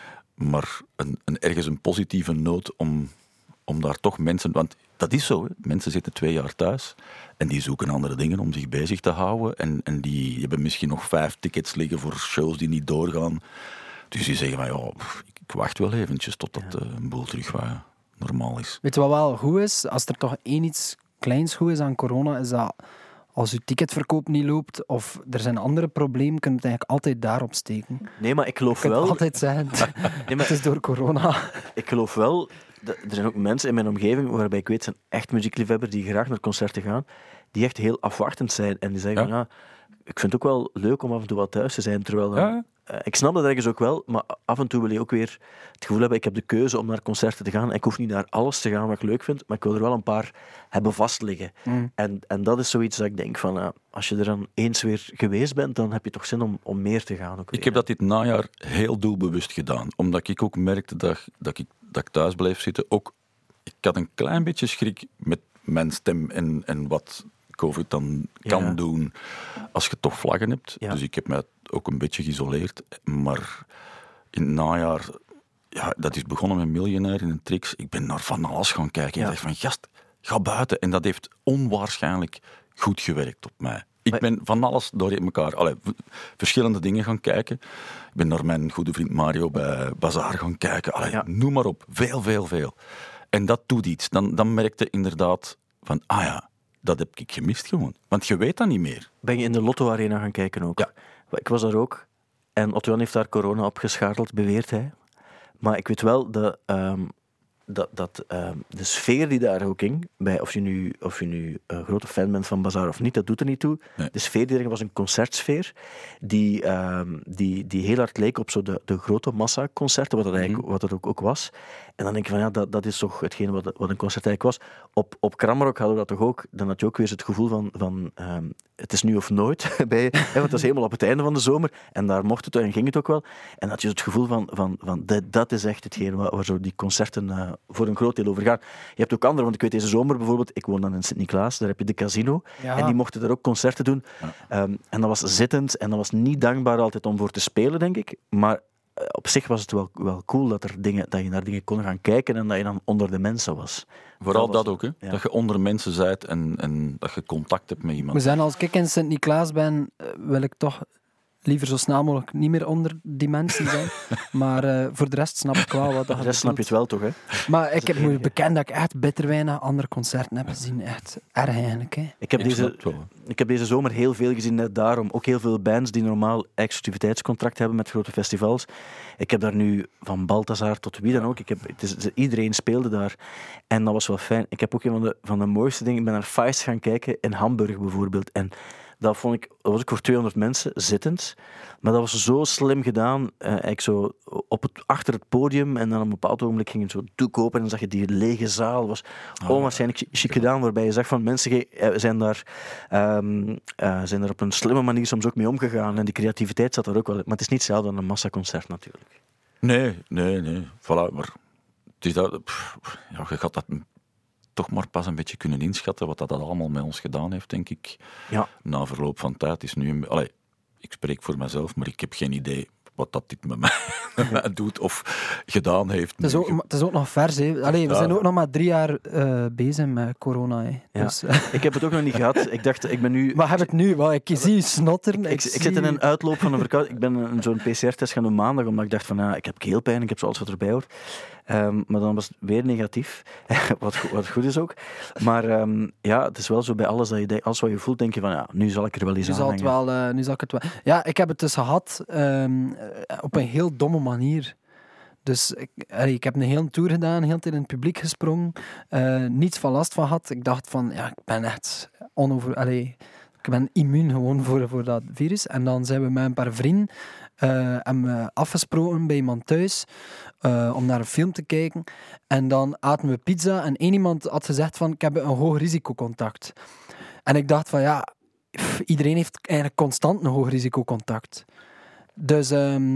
Maar een, een, ergens een positieve noot om, om daar toch mensen... Want dat is zo, hè. Mensen zitten twee jaar thuis en die zoeken andere dingen om zich bezig te houden. En, en die hebben misschien nog vijf tickets liggen voor shows die niet doorgaan. Dus die zeggen van, ja, ik, ik wacht wel eventjes totdat ja. uh, een boel terug wat normaal is. Weet je wat wel goed is? Als er toch één iets kleins goed is aan corona, is dat als je ticketverkoop niet loopt of er zijn andere problemen, kun je het eigenlijk altijd daarop steken. Nee, maar ik geloof Je wel... kunt altijd zeggen, nee, maar het is door corona. Ik geloof wel... Er zijn ook mensen in mijn omgeving waarbij ik weet, zijn echt muziekliefhebbers die graag naar concerten gaan, die echt heel afwachtend zijn. En die zeggen Ja. van, ja, ik vind het ook wel leuk om af en toe wat thuis te zijn. Terwijl dan, Ja. uh, ik snap dat ergens ook wel, maar af en toe wil je ook weer het gevoel hebben, ik heb de keuze om naar concerten te gaan. Ik hoef niet naar alles te gaan wat ik leuk vind, maar ik wil er wel een paar hebben vastliggen. Mm. En, en dat is zoiets dat ik denk van, uh, als je er dan eens weer geweest bent, dan heb je toch zin om, om meer te gaan. Ook weer, Ik heb dat dit najaar heel doelbewust gedaan. Omdat ik ook merkte dat, dat, ik, dat ik thuis bleef zitten. Ook, ik had een klein beetje schrik met mijn stem en, en wat COVID dan kan Ja. doen als je toch vlaggen hebt. Ja. Dus ik heb mij ook een beetje geïsoleerd. Maar in het najaar, ja, dat is begonnen met Miljonair in een Trix. Ik ben naar van alles gaan kijken. Ja. Ik dacht van, gast, ga buiten. En dat heeft onwaarschijnlijk goed gewerkt op mij. Ik Maar- ben van alles door elkaar, allee, v- verschillende dingen gaan kijken. Ik ben naar mijn goede vriend Mario bij Bazaar gaan kijken. Allee, Ja. Noem maar op. Veel, veel, veel. En dat doet iets. Dan, dan merkte inderdaad van, ah ja, dat heb ik gemist gewoon. Want je weet dat niet meer. Ben je in de Lotto Arena gaan kijken ook? Ja. Ik was daar ook. En Otto Jan heeft daar corona op gescharreld, beweert hij. Maar ik weet wel dat, ehm, dat, dat ehm, de sfeer die daar ook ging, bij, of je nu, of je nu een grote fan bent van Bazaar of niet, dat doet er niet toe. Nee. De sfeer die er was een concertsfeer die, ehm, die, die heel hard leek op zo de, de grote massaconcerten, wat dat, eigenlijk, wat dat ook, ook was. En dan denk je van ja, dat, dat is toch hetgeen wat, wat een concert eigenlijk was. Op, op Kramrock hadden we dat toch ook. Dan had je ook weer het gevoel van, van ehm, het is nu of nooit. Bij, hè, want dat is helemaal op het einde van de zomer. En daar mocht het en ging het ook wel. En had je het gevoel van, van, van dat, dat is echt hetgeen waar, waar zo die concerten uh, voor een groot deel over gaan. Je hebt ook andere, want ik weet deze zomer bijvoorbeeld, ik woon dan in Sint-Niklaas, daar heb je de Casino. Ja. En die mochten daar ook concerten doen. Ja. Um, en dat was zittend en dat was niet dankbaar altijd om voor te spelen, denk ik. Maar uh, op zich was het wel, wel cool dat, er dingen, dat je naar dingen kon gaan kijken en dat je dan onder de mensen was. Vooral Dat was- dat, ook, hè? ja. Dat je onder mensen bent en, en dat je contact hebt met iemand. We zijn als ik in Sint-Niklaas ben, eh, wil ik toch liever zo snel mogelijk niet meer onder die mensen zijn. Maar uh, voor de rest snap ik wel wat dat De rest snap je het wel, toch? Hè? Maar ik heb moet bekend dat ik echt bitter weinig andere concerten heb gezien. Echt erg eigenlijk. Hè. Ik heb, Ik snap deze, het wel. ik heb deze zomer heel veel gezien, net daarom. Ook heel veel bands die normaal exclusiviteitscontract hebben met grote festivals. Ik heb daar nu van Balthazar tot wie dan ook. Ik heb, het is, iedereen speelde daar. En dat was wel fijn. Ik heb ook een van de, van de mooiste dingen. Ik ben naar Feist gaan kijken in Hamburg bijvoorbeeld. En dat vond ik, dat was ik voor tweehonderd mensen zittend. Maar dat was zo slim gedaan. Uh, eigenlijk zo op het, achter het podium. En dan op een bepaald ogenblik ging het zo doek open. En dan zag je die lege zaal. was onwaarschijnlijk chic, chic gedaan. Waarbij je zag van mensen zijn daar, um, uh, zijn daar op een slimme manier soms ook mee omgegaan. En die creativiteit zat er ook wel in. Maar het is niet hetzelfde dan een massaconcert natuurlijk. Nee, nee, nee. Voilà, maar het is dat, pff, ja, je gaat dat toch maar pas een beetje kunnen inschatten wat dat allemaal met ons gedaan heeft, denk ik. Ja. Na verloop van tijd is nu... Een, allee, ik spreek voor mezelf, maar ik heb geen idee wat dat dit met mij, met mij doet of gedaan heeft. Het is ook, het is ook nog vers. Hè. Allee, we Ja. zijn ook nog maar drie jaar uh, bezig met corona. Hè. Ja. Dus, uh, Ik heb het ook nog niet gehad. Ik dacht, ik ben nu... maar heb ik nu? Wel, ik zie je snotteren. Ik, Ik, ik zie... zit in een uitloop van een verkoudheid. Ik ben een, zo'n P C R-test gaan doen maandag, omdat ik dacht van, ja, ik heb keelpijn, ik heb zo alles wat erbij hoort. Um, maar dan was het weer negatief, wat, go- wat goed is ook. Maar um, ja, het is wel zo bij alles dat je denkt, alles wat je voelt, denk je van, ja, nu zal ik er wel eens Nu aan zal, het hangen. wel, uh, nu zal ik het wel... Ja, ik heb het dus gehad um, op een heel domme manier. Dus ik, allee, ik heb een hele tour gedaan, heel de tijd in het publiek gesprongen, uh, niets van last van gehad. Ik dacht van, ja, ik ben echt onover... Allee, ik ben immuun gewoon voor, voor dat virus. En dan zijn we met een paar vrienden uh, en, uh, afgesproken bij iemand thuis uh, om naar een film te kijken. En dan aten we pizza en één iemand had gezegd van, ik heb een hoog risicocontact. En ik dacht van, ja, pff, iedereen heeft eigenlijk constant een hoog risicocontact. Dus um,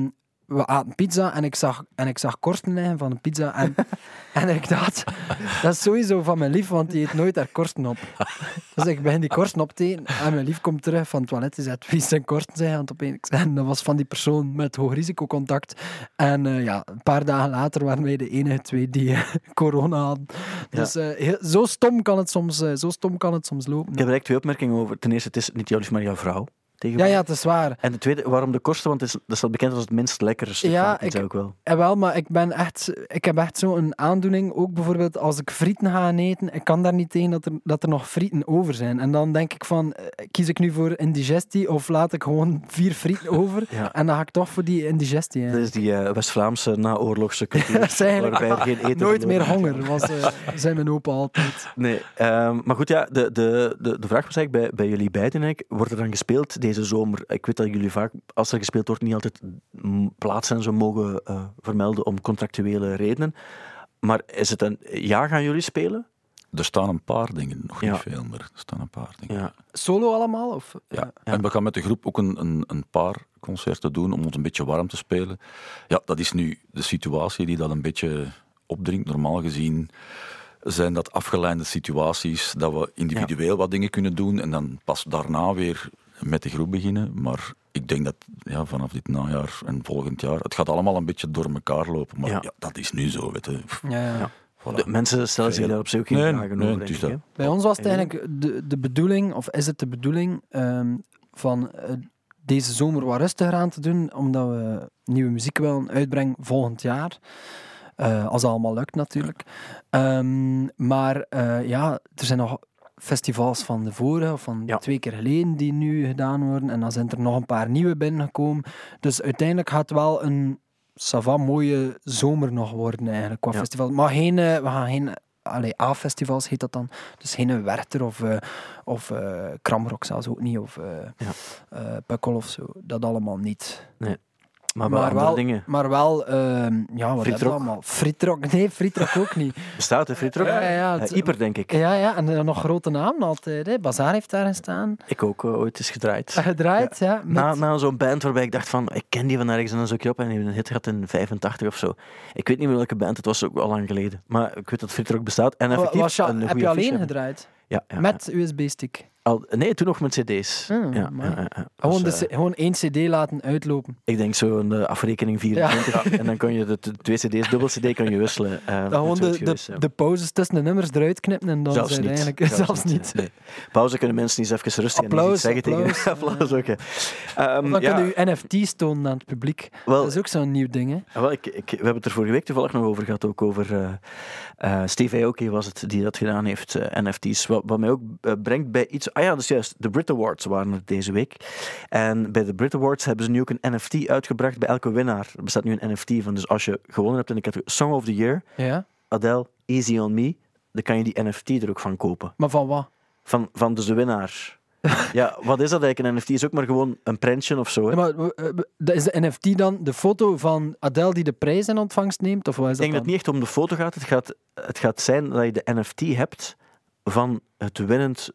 we aten pizza en ik zag, en ik zag korsten liggen van de pizza. En, en ik dacht, dat is sowieso van mijn lief, want die eet nooit haar korsten op. Dus ik begin die korsten op te eten en mijn lief komt terug van het toilet. Die zegt, wie zijn korsten zijn aan het opeten? En dat was van die persoon met hoog risicocontact. En uh, ja, een paar dagen later waren wij de enige twee die uh, corona hadden. Dus uh, heel, zo, stom kan het soms, uh, zo stom kan het soms lopen. Ik heb er echt twee opmerkingen over. Ten eerste, het is niet jouw lief, maar jouw vrouw. Ja, ja, het is waar. En de tweede, waarom de korsten? Want het is, dat staat bekend als het minst lekkere stuk ja, van pizza ook wel. Ja, wel, maar ik ben echt... Ik heb echt zo'n aandoening, ook bijvoorbeeld als ik frieten ga eten, ik kan daar niet tegen dat er, dat er nog frieten over zijn. En dan denk ik van, kies ik nu voor indigestie of laat ik gewoon vier frieten over Ja. en dan ga ik toch voor die indigestie. Hè. Dat is die uh, West-Vlaamse naoorlogse cultuur, Dat is eigenlijk waarbij er geen eten nooit verloren meer honger, was uh, zijn mijn opa altijd. Nee, um, maar goed, ja, de, de, de, de vraag was eigenlijk bij, bij jullie beiden eigenlijk, wordt er dan gespeeld deze zomer? Ik weet dat jullie vaak, als er gespeeld wordt, niet altijd plaats en zo mogen uh, vermelden om contractuele redenen. Maar is het een ja, gaan jullie spelen? Er staan een paar dingen, nog Ja. niet veel, maar er staan een paar dingen. Ja. Solo allemaal? Of? Ja. Ja. En we gaan met de groep ook een, een, een paar concerten doen om ons een beetje warm te spelen. Ja, dat is nu de situatie die dat een beetje opdringt. Normaal gezien zijn dat afgeleide situaties dat we individueel ja. wat dingen kunnen doen en dan pas daarna weer met de groep beginnen. Maar ik denk dat ja, vanaf dit najaar en volgend jaar, het gaat allemaal een beetje door elkaar lopen. Maar ja, Ja. dat is nu zo, weet je. Ja, ja. Ja. Voilà. De mensen stellen zich Veel. daar op zich ook geen Nee, vragen nee, over, het denk is ik, dat. hè? Bij ons was het eigenlijk de, de bedoeling, of is het de bedoeling, um, van uh, deze zomer wat rustiger aan te doen, omdat we nieuwe muziek willen uitbrengen volgend jaar. Uh, als het allemaal lukt natuurlijk. Um, maar uh, ja, er zijn nog festivals van de vorige, of van Ja. twee keer geleden, die nu gedaan worden. En dan zijn er nog een paar nieuwe binnengekomen. Dus uiteindelijk gaat het wel een ça va mooie zomer nog worden eigenlijk, qua Ja. festival. Maar geen, uh, we gaan geen... Allee, A-festivals heet dat dan. Dus geen Werther of, uh, of uh, Kramrock zelfs ook niet. Of uh, Ja. uh, Pukkel of zo. Dat allemaal niet. Maar wel Maar andere wel, dingen. maar wel, uh, ja, wat hebben we Frietrok? allemaal? Frietrok? Nee, Frietrok ook niet. Bestaat, hè, Frietrok? Ja, ja, ja, het- Uh, Ieper, denk ik. Ja, ja, en dan nog grote namen altijd. Hè. Bazaar heeft daar gestaan. Ik ook uh, ooit eens gedraaid. Gedraaid, ja. met- Na, na zo'n band waarbij ik dacht van, ik ken die van ergens en dan zoek je op en die hebben een hit gehad in vijfentachtig of zo. Ik weet niet meer welke band, het was ook al lang geleden. Maar ik weet dat Frietrok bestaat. En Wa- effectief was je, een heb goede je alleen affiche. gedraaid? Ja, ja, Met U S B-stick? ja. Al, nee, toen nog met cd's. Hmm, ja, maar- ja, ja, ja. Gewoon, Dus, de, eh, c- gewoon één cd laten uitlopen. ik denk zo een uh, afrekening vierentwintig en dan kon je de, de twee cd's, dubbel cd kan je wisselen. Uh, Dan gewoon de, de, de pauzes tussen de nummers eruit knippen en dan Zelfs zijn niet. eigenlijk... Zelfs Zelfs, niet, niet. nee. Pauze kunnen mensen niet eens even rustig en Applaus, iets zeggen applaus. tegen applaus ook. hè. Um, Dan ja, kun je je N F T's tonen aan het publiek. wel, Dat is ook zo'n nieuw ding, hè. wel, ik, ik, we hebben het er vorige week toevallig nog over gehad, ook over uh, uh, Steve Aoki was het die dat gedaan heeft, uh, N F T's. Wat, wat mij ook uh, brengt bij iets... Ah ja, dat is juist, de Brit Awards waren er deze week. En bij de Brit Awards hebben ze nu ook een N F T uitgebracht bij elke winnaar. Er bestaat nu een N F T van. Dus als je gewonnen hebt in de categorie Song of the Year, Ja. Adele, Easy on Me, dan kan je die N F T er ook van kopen. Maar van wat? Van, van dus de winnaar. Ja, wat is dat eigenlijk? Een N F T is ook maar gewoon een prentje of zo. Hè? Ja, maar uh, uh, is de N F T dan de foto van Adele die de prijs in ontvangst neemt? Of wat is Ik denk dat dat het niet echt om de foto gaat. Het gaat, het gaat zijn dat je de N F T hebt van het winnend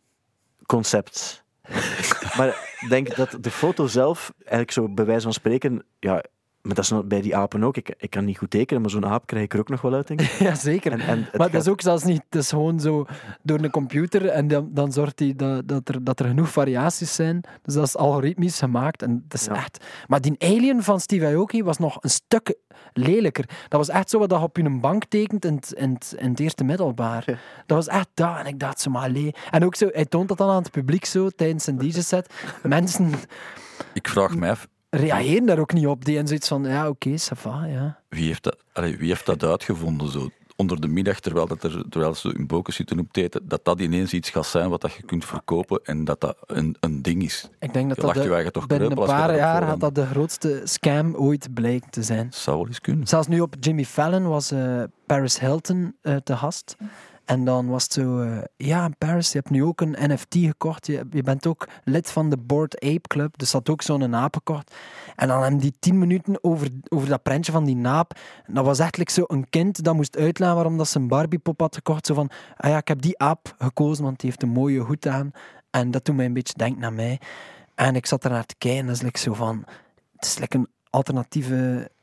concept. Maar ik denk dat de foto zelf, eigenlijk zo bij wijze van spreken, ja, maar dat is nog bij die apen ook. Ik, ik kan niet goed tekenen, maar zo'n aap krijg ik er ook nog wel uit, denk ik. dan? Ja, zeker. En, en het Maar dat gaat- is ook zelfs niet... Het is gewoon zo door een computer en dan, dan zorgt hij dat, dat, er, dat er genoeg variaties zijn. Dus dat is algoritmisch gemaakt en dat is Ja. echt... Maar die alien van Steve Aoki was nog een stuk lelijker. Dat was echt zo wat je op je bank tekent in het, in het, in het eerste middelbaar. Ja. Dat was echt dat. En ik dacht zo, maar allee. En ook zo, hij toont dat dan aan het publiek zo, tijdens zijn D J-set. Mensen Ik vraag mij af, reageren daar ook niet op. Die en zoiets van, ja, oké, okay, ça va, ja. wie heeft dat, allee, wie heeft dat uitgevonden zo? Onder de middag, terwijl, dat er, terwijl ze in boken zitten op te eten, dat dat ineens iets gaat zijn wat dat je kunt verkopen en dat dat een, een ding is. Ik denk dat Je dat lacht de- je eigen toch binnen een kreupel als je paar dat op jaar voorhand- had dat de grootste scam ooit blijken te zijn. Zou wel eens kunnen. Zelfs nu op Jimmy Fallon was uh, Paris Hilton uh, te gast. En dan was het zo... Uh, ja, Paris, je hebt nu ook een N F T gekocht. Je, je bent ook lid van de Bored Ape Club. Dus had ook zo'n aap gekocht. En dan hebben die tien minuten over, over dat prentje van die naap. En dat was eigenlijk zo een kind dat moest uitleggen waarom dat ze een Barbie-pop had gekocht. Zo van, ah ja, ik heb die aap gekozen, want die heeft een mooie hoed aan. En dat doet mij een beetje denken aan mij. En ik zat ernaar te kijken en dat is like zo van... Het is like een alternatieve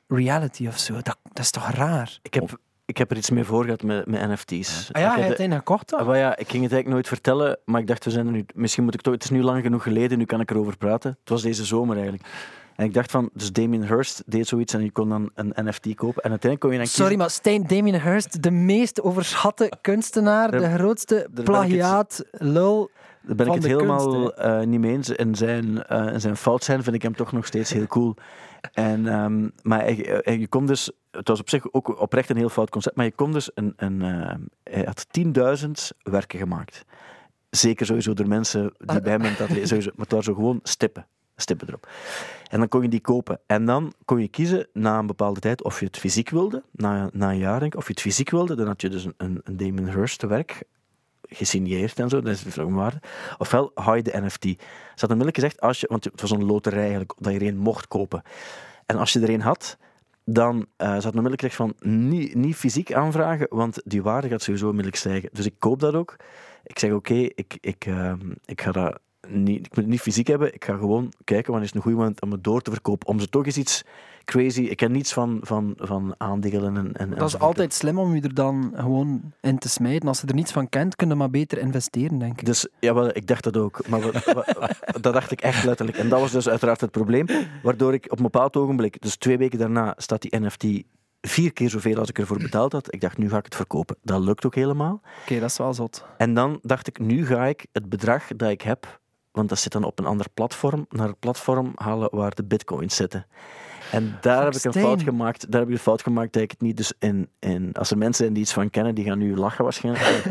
reality of zo. Dat, dat is toch raar? Ik heb, ik heb er iets mee voor gehad met, met N F T's. Ah ja, ik hij had- heeft een gekocht dan? Ah, wel ja, ik ging het eigenlijk nooit vertellen, maar ik dacht, we zijn er nu, misschien moet ik toch, het is nu lang genoeg geleden, nu kan ik erover praten. Het was deze zomer eigenlijk. En ik dacht van, dus Damien Hirst deed zoiets en je kon dan een N F T kopen. En uiteindelijk kon je dan Sorry, kiezen... maar Stijn Damien Hirst, de meest overschatte kunstenaar, Daar- de grootste ben ik het- plagiaat, lul. Daar ben ik van het de helemaal kunst, eh, niet mee eens. In zijn, eh, in zijn fout zijn vind ik hem toch nog steeds heel cool. En, ehm, maar hij- hij- je komt dus... Het was op zich ook oprecht een heel fout concept, maar je komt dus een... een eh, hij had tienduizend werken gemaakt. Zeker sowieso door mensen die bij hem in dat sowieso, maar het waren zo gewoon stippen. Stippen erop. En dan kon je die kopen. En dan kon je kiezen na een bepaalde tijd of je het fysiek wilde, na, na een jaar denk ik, of je het fysiek wilde. Dan had je dus een, een, een Damien Hirst werk, gesigneerd en zo, dat is de waarde. Ofwel hou je de N F T. Ze had onmiddellijk gezegd, als je, want het was een loterij eigenlijk, dat je er een mocht kopen. En als je er een had, dan uh, ze had onmiddellijk gezegd van, niet, niet fysiek aanvragen, want die waarde gaat sowieso onmiddellijk stijgen. Dus ik koop dat ook. Ik zeg, oké, okay, ik, ik, uh, ik ga dat niet, ik moet het niet fysiek hebben, ik ga gewoon kijken wanneer is een goede moment om het door te verkopen. Om ze toch eens iets crazy... Ik ken niets van, van, van aandelen. En, en, Dat is altijd slim om je er dan gewoon in te smijten. Als je er niets van kent, kun je maar beter investeren, denk ik. Dus, ja, wel, ik dacht dat ook. Maar wat, wat, dat dacht ik echt letterlijk. En dat was dus uiteraard het probleem. Waardoor ik op een bepaald ogenblik, dus twee weken daarna, staat die N F T vier keer zoveel als ik ervoor betaald had. Ik dacht, nu ga ik het verkopen. Dat lukt ook helemaal. Oké, okay, dat is wel zot. En dan dacht ik, nu ga ik het bedrag dat ik heb, want dat zit dan op een ander platform, naar het platform halen waar de bitcoins zitten. En daar heb ik een fout gemaakt. Daar heb ik een fout gemaakt dat ik het niet dus in... in als er mensen zijn die iets van kennen, die gaan nu lachen waarschijnlijk.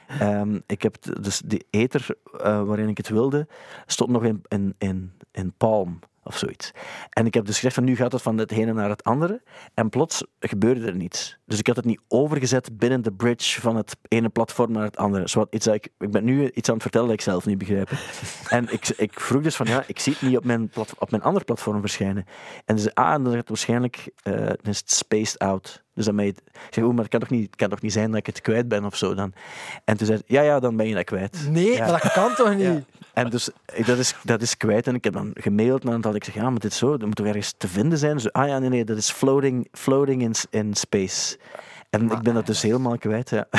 um, ik heb dus die Ether, uh, waarin ik het wilde, stond nog in, in, in, in Palm of zoiets. En ik heb dus gezegd van nu gaat het van het ene naar het andere. En plots gebeurde er niets. Dus ik had het niet overgezet binnen de bridge van het ene platform naar het andere. Zo iets dat ik, ik ben nu iets aan het vertellen dat ik zelf niet begrijp. En ik, ik vroeg dus van ja, ik zie het niet op mijn, plat, op mijn andere platform verschijnen. En dus ah, dan is het waarschijnlijk uh, dan is het spaced out. Dus dan ben je, ik zeg, oh, maar het kan, toch niet, het kan toch niet zijn dat ik het kwijt ben of zo dan. En toen zei ja, ja, dan ben je dat kwijt. Nee, ja. maar dat kan toch niet? Ja. En dus, dat is, dat is kwijt. En ik heb dan gemaild naar dat ik zeg, ja, maar dit is zo, dat moet toch ergens te vinden zijn? Zo, ah ja, nee, nee, dat is floating, floating in, in space. En maar, ik ben dat dus helemaal kwijt, ja.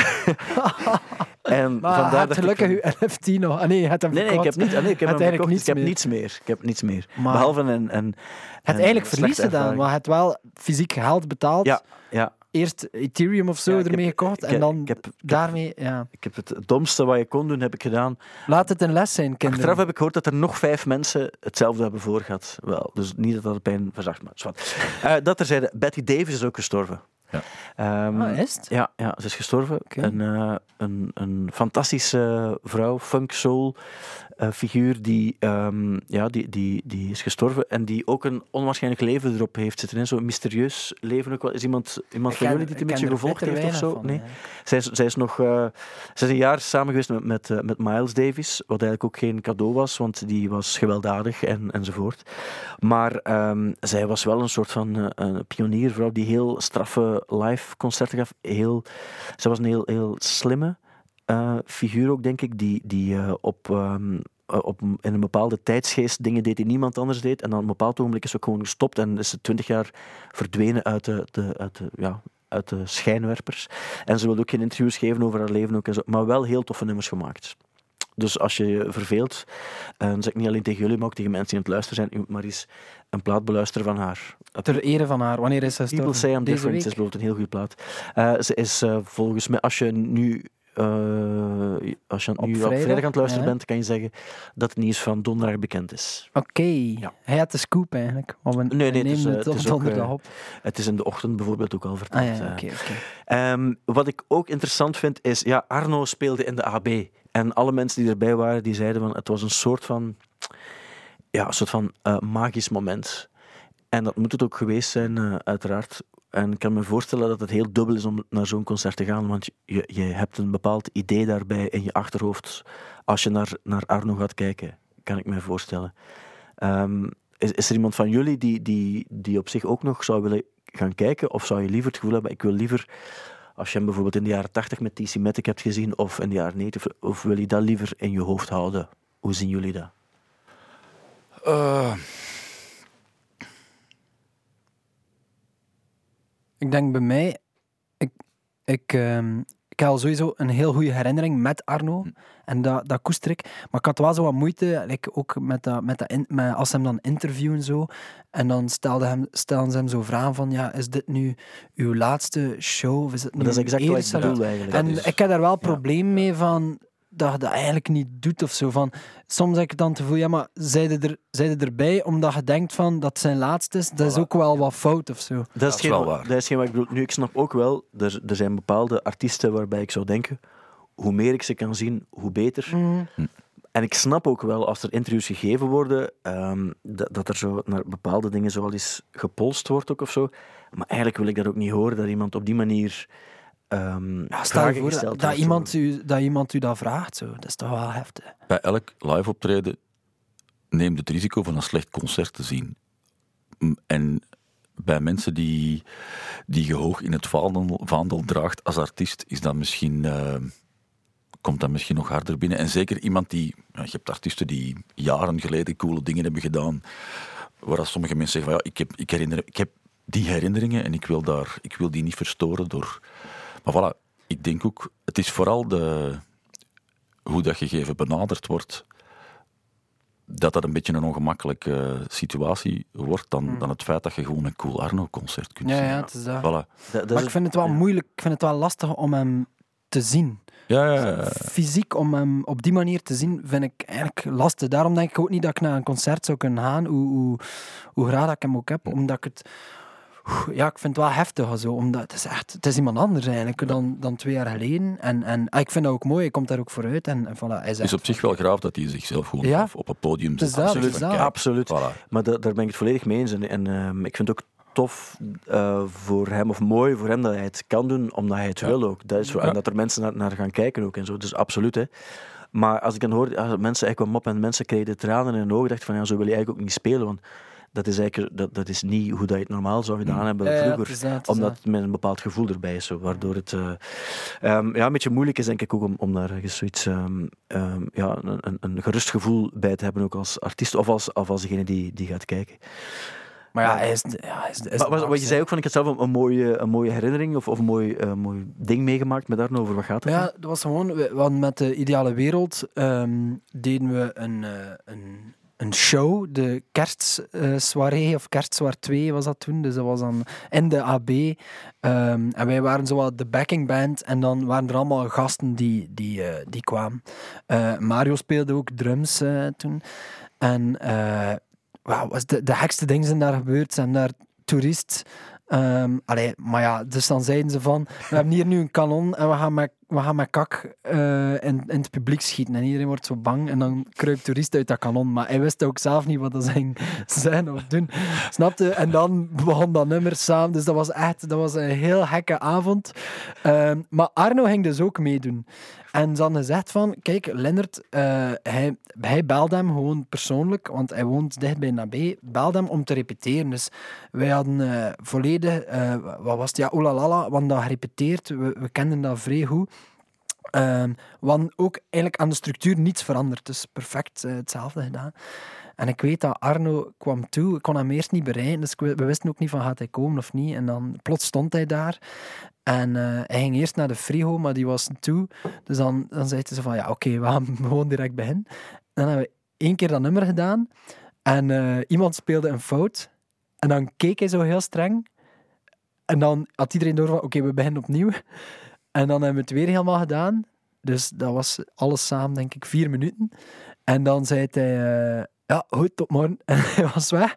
En maar vandaar dat gelukkig uw N F T nog. Ah, nee, je hebt hem nee, nee, ik heb niet. Ah, nee, ik heb, hem eigenlijk niets, ik heb meer. niets meer. Ik heb niets meer. Maar behalve een, een het eigenlijk verliezen dan, maar het wel fysiek geld betaald. Ja, ja. Eerst Ethereum of zo ja, ermee heb, gekocht ik, en dan ik heb, ik daarmee, heb, ja. Ik heb het domste wat je kon doen, heb ik gedaan. Laat het een les zijn, kinderen. Achteraf heb ik gehoord dat er nog vijf mensen hetzelfde hebben voorgehad. Wel, dus niet dat dat de pijn verzacht, maar zwart. Uh, dat terzijde, Betty Davis is ook gestorven. Ja. Um, ah, is het? Ja, ja, ze is gestorven. Okay. Een, uh, een, een fantastische vrouw, funk soul uh, figuur, die, um, ja, die, die, die is gestorven en die ook een onwaarschijnlijk leven erop heeft zitten. Zo'n mysterieus leven ook wel. Is iemand, iemand van jullie die het een beetje gevolgd heeft of zo? Van, nee. Ja. Zij, is, zij is nog uh, zij is een jaar samen geweest met, met, uh, met Miles Davis, wat eigenlijk ook geen cadeau was, want die was gewelddadig en, enzovoort. Maar um, zij was wel een soort van uh, een pioniervrouw die heel straffe live concerten gaf. Heel, zij was een heel, heel slimme uh, figuur ook, denk ik, die, die uh, op, um, uh, op in een bepaalde tijdsgeest dingen deed die niemand anders deed. En dan op een bepaald ogenblik is ze ook gewoon gestopt en is ze twintig jaar verdwenen uit de, de, uit de, ja, uit de schijnwerpers. En ze wilde ook geen interviews geven over haar leven ook en zo, maar wel heel toffe nummers gemaakt. Dus als je je verveelt, uh, dan zeg ik niet alleen tegen jullie, maar ook tegen mensen die aan het luisteren zijn, je moet maar eens een plaat beluisteren van haar. Ter ere van haar. Wanneer is ze gestorven? People Say I'm Different is bijvoorbeeld een heel goede plaat. Uh, ze is uh, volgens mij, als je nu, uh, als je op, nu vrijdag? op vrijdag aan het luisteren ja. bent, kan je zeggen dat het nieuws van donderdag bekend is. Oké. Okay. Ja. Hij had de scoop eigenlijk. Maar we nee, nee, nemen het is, uh, het, het is donderdag ook, op. Uh, het is in de ochtend bijvoorbeeld ook al verteld. Ah, ja, okay, okay. Um, wat ik ook interessant vind is, ja, Arno speelde in de A B. En alle mensen die erbij waren, die zeiden van, het was een soort van, ja, een soort van uh, magisch moment. En dat moet het ook geweest zijn, uh, uiteraard. En ik kan me voorstellen dat het heel dubbel is om naar zo'n concert te gaan, want je, je hebt een bepaald idee daarbij in je achterhoofd als je naar, naar Arno gaat kijken, kan ik me voorstellen. Um, is, is er iemand van jullie die, die, die op zich ook nog zou willen gaan kijken, of zou je liever het gevoel hebben, ik wil liever, als je hem bijvoorbeeld in de jaren tachtig met T C Matic hebt gezien, of in de jaren negentig, of wil je dat liever in je hoofd houden? Hoe zien jullie dat? Uh... ik denk bij mij... Ik, ik, um, ik heb al sowieso een heel goede herinnering met Arno. Hm. En dat, dat koester ik. Maar ik had wel zo wat moeite, like, ook met dat, met dat in, met, als ze hem dan interviewen en zo. En dan stelde hem, stelden ze hem zo vragen van, ja, is dit nu uw laatste show? Of is het nu dat is exact wat ik bedoel, ja. eigenlijk. En is, ik heb daar wel een ja. probleem mee van... dat je dat eigenlijk niet doet of zo. Van, soms heb ik dan te voelen, ja, maar zij er, zij erbij omdat je denkt van dat het zijn laatste is. Dat is ook wel wat fout of zo. Dat is, dat is geen, wel waar. Dat is geen wat ik bedoel. Nu, ik snap ook wel, er, er zijn bepaalde artiesten waarbij ik zou denken, hoe meer ik ze kan zien, hoe beter. Mm. Hm. En ik snap ook wel, als er interviews gegeven worden, um, dat, dat er zo naar bepaalde dingen zo wel eens gepolst wordt ook of zo. Maar eigenlijk wil ik dat ook niet horen, dat iemand op die manier... Um, ja, stel je voor dat, wordt, dat, iemand u, dat iemand u dat vraagt. Zo. Dat is toch wel heftig. Bij elk live optreden neemt het risico van een slecht concert te zien. En bij mensen die, die je hoog in het vaandel, vaandel draagt als artiest, is dat misschien, uh, komt dat misschien nog harder binnen. En zeker iemand die... Ja, je hebt artiesten die jaren geleden coole dingen hebben gedaan, waar sommige mensen zeggen van ja, ik heb, ik herinner, ik heb die herinneringen en ik wil, daar, ik wil die niet verstoren door... Maar voilà, ik denk ook, het is vooral de, hoe dat gegeven benaderd wordt, dat dat een beetje een ongemakkelijke situatie wordt dan, mm. dan het feit dat je gewoon een Cool Arno-concert kunt ja, zien. Ja, het is dat. Voilà. Dat, dat maar is, ik vind het wel ja. moeilijk, ik vind het wel lastig om hem te zien. Ja, ja, ja. Fysiek, om hem op die manier te zien, vind ik eigenlijk lastig. Daarom denk ik ook niet dat ik naar een concert zou kunnen gaan, hoe, hoe, hoe graag dat ik hem ook heb, omdat ik het... Ja, ik vind het wel heftig zo, omdat het is echt, het is iemand anders eigenlijk dan, dan twee jaar geleden. En, en ah, ik vind dat ook mooi, hij komt daar ook vooruit. En, en voilà, hij Het is op zich wel graaf dat hij zichzelf gewoon ja. op, op een podium zet. zet. Absoluut, Van, kijk, absoluut. Voilà. Maar da, daar ben ik het volledig mee eens. En, en um, ik vind het ook tof uh, voor hem, of mooi voor hem, dat hij het kan doen, omdat hij het ja. wil ook. Dat is, Ja. En dat er mensen naar, naar gaan kijken ook en zo. Dus absoluut, hè. Maar als ik dan hoor, als mensen eigenlijk kwam op en mensen kregen tranen in hun ogen, dacht ik van, ja, zo wil je eigenlijk ook niet spelen, want dat is eigenlijk dat, dat is niet hoe dat je het normaal zou gedaan hebben ja, vroeger. Ja, het is dat, het is omdat dat. met een bepaald gevoel erbij is, zo, waardoor het uh, um, ja, een beetje moeilijk is, denk ik, ook om, om daar zoiets, um, um, ja, een, een gerust gevoel bij te hebben, ook als artiest of als, of als degene die, die gaat kijken. Maar ja, hij is... Ja, hij is, is maar, wat, wat je zei ook, vond ik het zelf een, een, mooie, een mooie herinnering of, of een mooi, uh, mooi ding meegemaakt met Arno. Over wat gaat het? Ja, dat was gewoon... We, we met de Ideale Wereld um, deden we een... Uh, een een show, de kerstsoirée, uh, of kerstsoir twee was dat toen, dus dat was dan in de A B. Um, en wij waren zo wat de backingband en dan waren er allemaal gasten die, die, uh, die kwamen. Uh, Mario speelde ook drums uh, toen. En uh, wow, was de, de gekste dingen zijn daar gebeurd, zijn daar toerist... Um, allee, maar ja, dus dan zeiden ze van, we hebben hier nu een kanon en we gaan met, we gaan met kak uh, in, in het publiek schieten. En iedereen wordt zo bang en dan kruipt toerist uit dat kanon. Maar hij wist ook zelf niet wat dat zijn, zijn of doen. Snapte? En dan begon dat nummer samen. Dus dat was echt, dat was een heel gekke avond. Um, maar Arno ging dus ook meedoen. En ze hadden gezegd van, kijk, Lennart, uh, hij, hij belde hem gewoon persoonlijk, want hij woont dicht bij N A B, belde hem om te repeteren. Dus wij hadden uh, volledig, uh, wat was het, ja, olalala, we hadden dat gerepeteerd, we, we kenden dat vrij goed. Uh, we hadden ook eigenlijk aan de structuur niets veranderd, dus perfect uh, hetzelfde gedaan. En ik weet dat Arno kwam toe, ik kon hem eerst niet bereiken, dus we wisten ook niet van gaat hij komen of niet. En dan plots stond hij daar. En uh, hij ging eerst naar de frigo, maar die was toe. Dus dan, dan zei ze van, ja, oké, okay, we gaan gewoon direct beginnen. Dan hebben we één keer dat nummer gedaan. En uh, iemand speelde een fout. En dan keek hij zo heel streng. En dan had iedereen door van, oké, okay, we beginnen opnieuw. En dan hebben we het weer helemaal gedaan. Dus dat was alles samen, denk ik, vier minuten. En dan zei hij, uh, ja, goed, tot morgen. En hij was weg.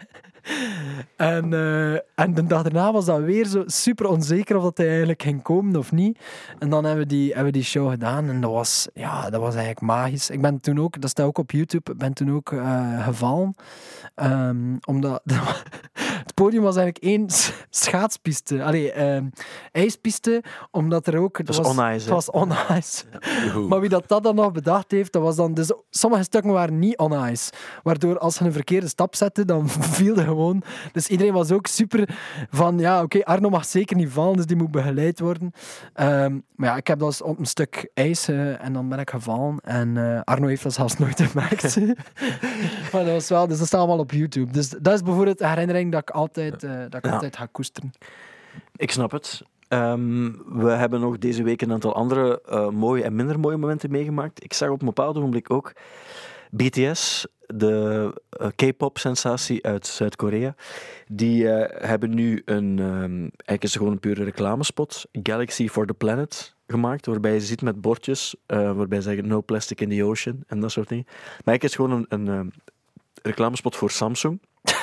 En, uh, en de dag daarna was dat weer zo super onzeker of dat hij eigenlijk ging komen of niet. En dan hebben we die, hebben we die show gedaan en dat was, ja, dat was eigenlijk magisch. Ik ben toen ook, dat staat ook op YouTube, ik ben toen ook uh, gevallen. Um, omdat het podium was eigenlijk één schaatspiste. Allee, um, ijspiste, omdat er ook... Het was on-ice. Het was on-ice. Ja. Maar wie dat, dat dan nog bedacht heeft, dat was dan... Dus sommige stukken waren niet on-ice. Waardoor als je een verkeerde stap zette, dan viel er gewoon... Dus iedereen was ook super van... Ja, oké, okay, Arno mag zeker niet vallen, dus die moet begeleid worden. Um, maar ja, ik heb dat op een stuk ijs uh, en dan ben ik gevallen. En uh, Arno heeft dat zelfs nooit gemerkt. Maar dat was wel... Dus dat staat allemaal op YouTube. Dus dat is bijvoorbeeld een herinnering dat ik altijd, uh, dat ik ja. altijd ga koesteren. ik snap het. Um, we hebben nog deze week een aantal andere uh, mooie en minder mooie momenten meegemaakt. Ik zag op een bepaald ogenblik ook B T S, de uh, K-pop-sensatie uit Zuid-Korea. Die uh, hebben nu een, um, eigenlijk is het gewoon een pure reclamespot, Galaxy for the Planet, gemaakt, waarbij je ziet met bordjes, uh, waarbij ze zeggen no plastic in the ocean en dat soort dingen. Maar eigenlijk is het gewoon een, een uh, reclamespot voor Samsung.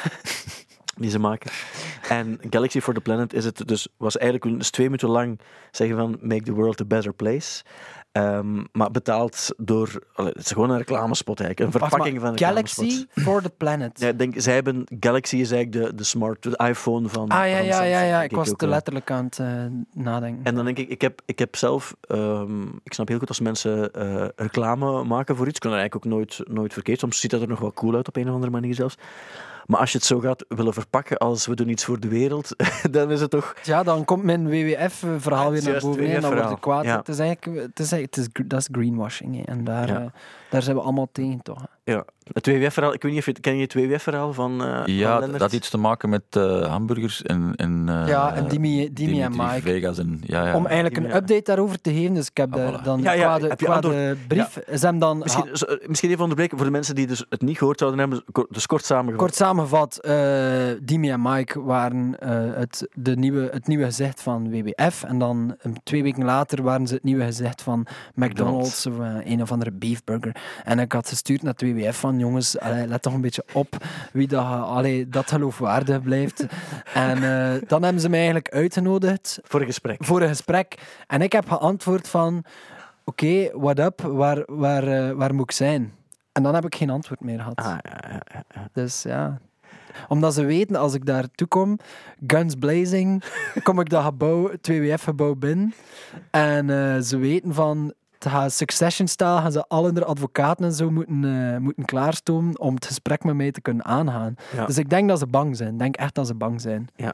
Die ze maken. En Galaxy for the Planet is het dus, was eigenlijk dus twee minuten lang zeggen van make the world a better place. Um, maar betaald door... Allee, het is gewoon een reclamespot eigenlijk. Een verpakking Wacht, van een Galaxy reclamespot. for the Planet. Ja, ik denk, zij hebben... Galaxy is eigenlijk de, de smart... De iPhone van Ah ja, van ja, Samsung, ja, ja. denk Ik was ook te wel. letterlijk aan het uh, nadenken. En dan denk ik, ik heb, ik heb zelf... Um, ik snap heel goed als mensen uh, reclame maken voor iets. Ik kan er eigenlijk ook nooit, nooit verkeerd. Soms ziet dat er nog wel cool uit op een of andere manier zelfs. Maar als je het zo gaat willen verpakken als we doen iets voor de wereld, dan is het toch... Ja, dan komt mijn W W F-verhaal Ja, weer naar juist, boven en dan word ik kwaad. Ja. Het is eigenlijk, het is, eigenlijk het is, dat is greenwashing. Hè. En daar, Ja. uh, daar zijn we allemaal tegen, toch? Hè. Ja, het W W F-verhaal, ik weet niet of je ken je het W W F-verhaal van uh, Ja, van dat Lennart? had iets te maken met uh, hamburgers en... en uh, Ja, en Dimi, Dimi en Dimitri Mike. Vegas en... Ja, ja. Om eigenlijk een Ja. update daarover te geven, dus ik heb Ah, daar voilà. dan Ja, ja, qua de, heb je qua antwoord? de brief... Ze hebben dan... Misschien, ha- zo, uh, misschien even onderbreken voor de mensen die dus het niet gehoord zouden hebben. ko- Dus kort samengevat. Kort samengevat, uh, Dimi en Mike waren uh, het, de nieuwe, het nieuwe gezicht van W W F. En dan um, twee weken later waren ze het nieuwe gezicht van McDonald's. Of uh, een of andere beefburger. En ik had gestuurd naar het W W F van jongens, allee, let toch een beetje op wie dat, allee, dat geloofwaardig blijft. En uh, dan hebben ze mij eigenlijk uitgenodigd Voor een gesprek. voor een gesprek. En ik heb geantwoord van oké, okay, what up, waar, waar, uh, waar moet ik zijn? En dan heb ik geen antwoord meer gehad. Ah, ja, ja, ja, ja. Dus ja. Omdat ze weten, als ik daartoe kom, guns blazing, kom ik dat gebouw, het W W F-gebouw binnen. En uh, ze weten van, het gaat Succession-stijl, gaan ze al hun advocaten en zo moeten, uh, moeten klaarstomen om het gesprek met mij te kunnen aangaan. Ja. Dus ik denk dat ze bang zijn. Ik denk echt dat ze bang zijn. Ja.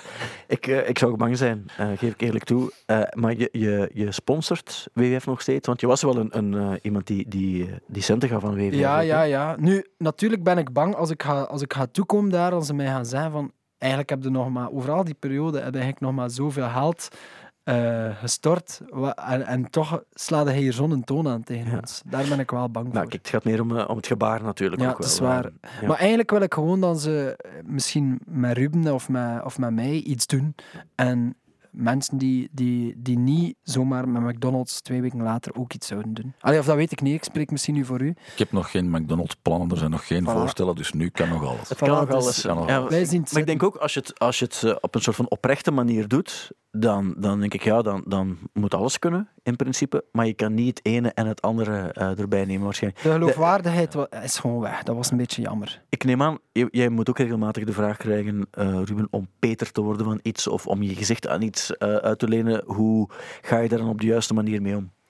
Ik, uh, ik zou ook bang zijn, uh, geef ik eerlijk toe. Uh, maar je, je, je sponsort W W F nog steeds? Want je was wel een, een, uh, iemand die, die, die centen gaf aan W W F. Ja, ook, ja, hè? ja. Nu, natuurlijk ben ik bang als ik ga, als ik ga toekomen daar, als ze mij gaan zeggen van, eigenlijk heb je nog maar, overal die periode, heb je eigenlijk nog maar zoveel geld uh, gestort. Wa- En, en toch slaat hij hier zo'n toon aan tegen Ja. ons. Daar ben ik wel bang Nou, voor. kijk, het gaat meer om, uh, om het gebaar natuurlijk Ja, ook wel. het is waar. Uh, ja. Maar eigenlijk wil ik gewoon dat ze eh, misschien met Ruben of met, of met mij iets doen. En mensen die, die, die niet zomaar met McDonald's twee weken later ook iets zouden doen. Allee, of dat weet ik niet, ik spreek misschien nu voor u. Ik heb nog geen McDonald's-plannen, er zijn nog geen Voilà. voorstellen, dus nu kan nog alles. Het kan Voilà, nog dus- alles. kan nog Ja, alles. Wij zien het maar ik denk ook, als je het, als je het uh, op een soort van oprechte manier doet, dan, dan denk ik, ja, dan, dan moet alles kunnen, in principe. Maar je kan niet het ene en het andere uh, erbij nemen, waarschijnlijk. De geloofwaardigheid wa- is gewoon weg. Dat was een beetje jammer. Ik neem aan, j- jij moet ook regelmatig de vraag krijgen, uh, Ruben, om Peter te worden van iets of om je gezicht aan iets uh, uit te lenen. Hoe ga je daar dan op de juiste manier mee om?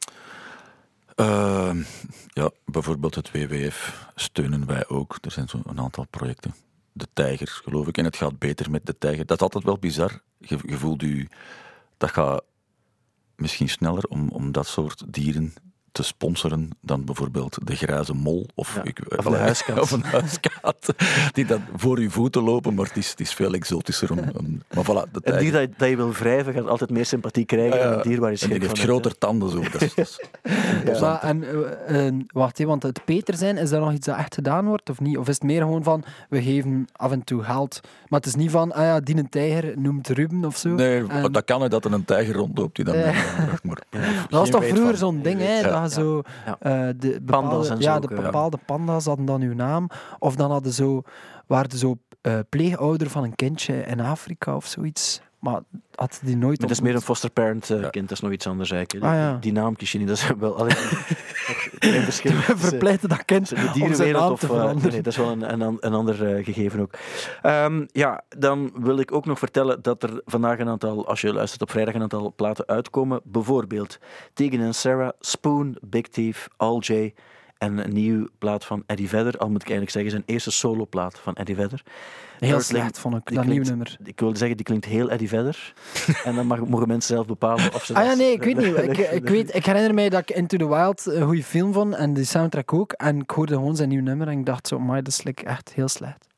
Uh, ja, bijvoorbeeld het W W F steunen wij ook. Er zijn zo'n aantal projecten. De tijger, geloof ik. En het gaat beter met de tijger. Dat is altijd wel bizar. Je, je voelt je... Dat gaat misschien sneller om, om dat soort dieren te sponsoren dan bijvoorbeeld de grijze mol of, Ja, ik, of een huiskat. of een huiskat die dan voor je voeten lopen, maar het is, het is veel exotischer. Om, om, maar voilà, de En die tijger. dat, dat je wil wrijven, gaat altijd meer sympathie krijgen Ja, ja. dan een dier waar je En die schrik heeft van hebt, groter tanden. Zo. Dat is, dat is, Ja. Maar, en, uh, uh, wacht even, want het Peter zijn, is dat nog iets dat echt gedaan wordt of niet? Of is het meer gewoon van, we geven af en toe geld, maar het is niet van, ah ja, die een tijger noemt Ruben of zo? nee, En- dat kan, hè, dat er een tijger rondloopt die dan... Eh. meebracht, maar, Ja. Dat was Geen toch weet vroeger van. zo'n ding, Geen hè? weet Dat van. je zo... Ja. eh, de Panda's bepaalde, en zo ja, ook, de ja. bepaalde panda's hadden dan uw naam. Of dan hadden zo, waren ze zo uh, pleegouder van een kindje in Afrika of zoiets. Maar had die nooit Maar het is meer een ontmoet. foster parent uh, Ja. kind, dat is nog iets anders eigenlijk. Ah, ja. Die naam kies je niet, dat is wel alleen een verschil. Verpleiten dat kind De om zijn dierenwereld naam of... te uh, veranderen. nee, dat is wel een, een, een ander uh, gegeven ook. Um, ja, dan wil ik ook nog vertellen dat er vandaag een aantal, als je luistert op vrijdag, een aantal platen uitkomen. Bijvoorbeeld Tegan en Sarah, Spoon, Big Thief, Al J en een nieuwe plaat van Eddie Vedder. Al moet ik eigenlijk zeggen, zijn eerste soloplaat van Eddie Vedder. Heel Earthling, slecht vond ik, die dat klinkt- nieuwe nummer. Ik wil zeggen, die klinkt heel Eddie Vedder. En dan mag, mogen mensen zelf bepalen of ze Ah ja, dat- nee, ik weet niet. Ik, ik, weet, ik herinner mij dat ik Into the Wild een goede film vond en die soundtrack ook. En ik hoorde gewoon zijn nieuw nummer en ik dacht zo, maar dat is like echt heel slecht.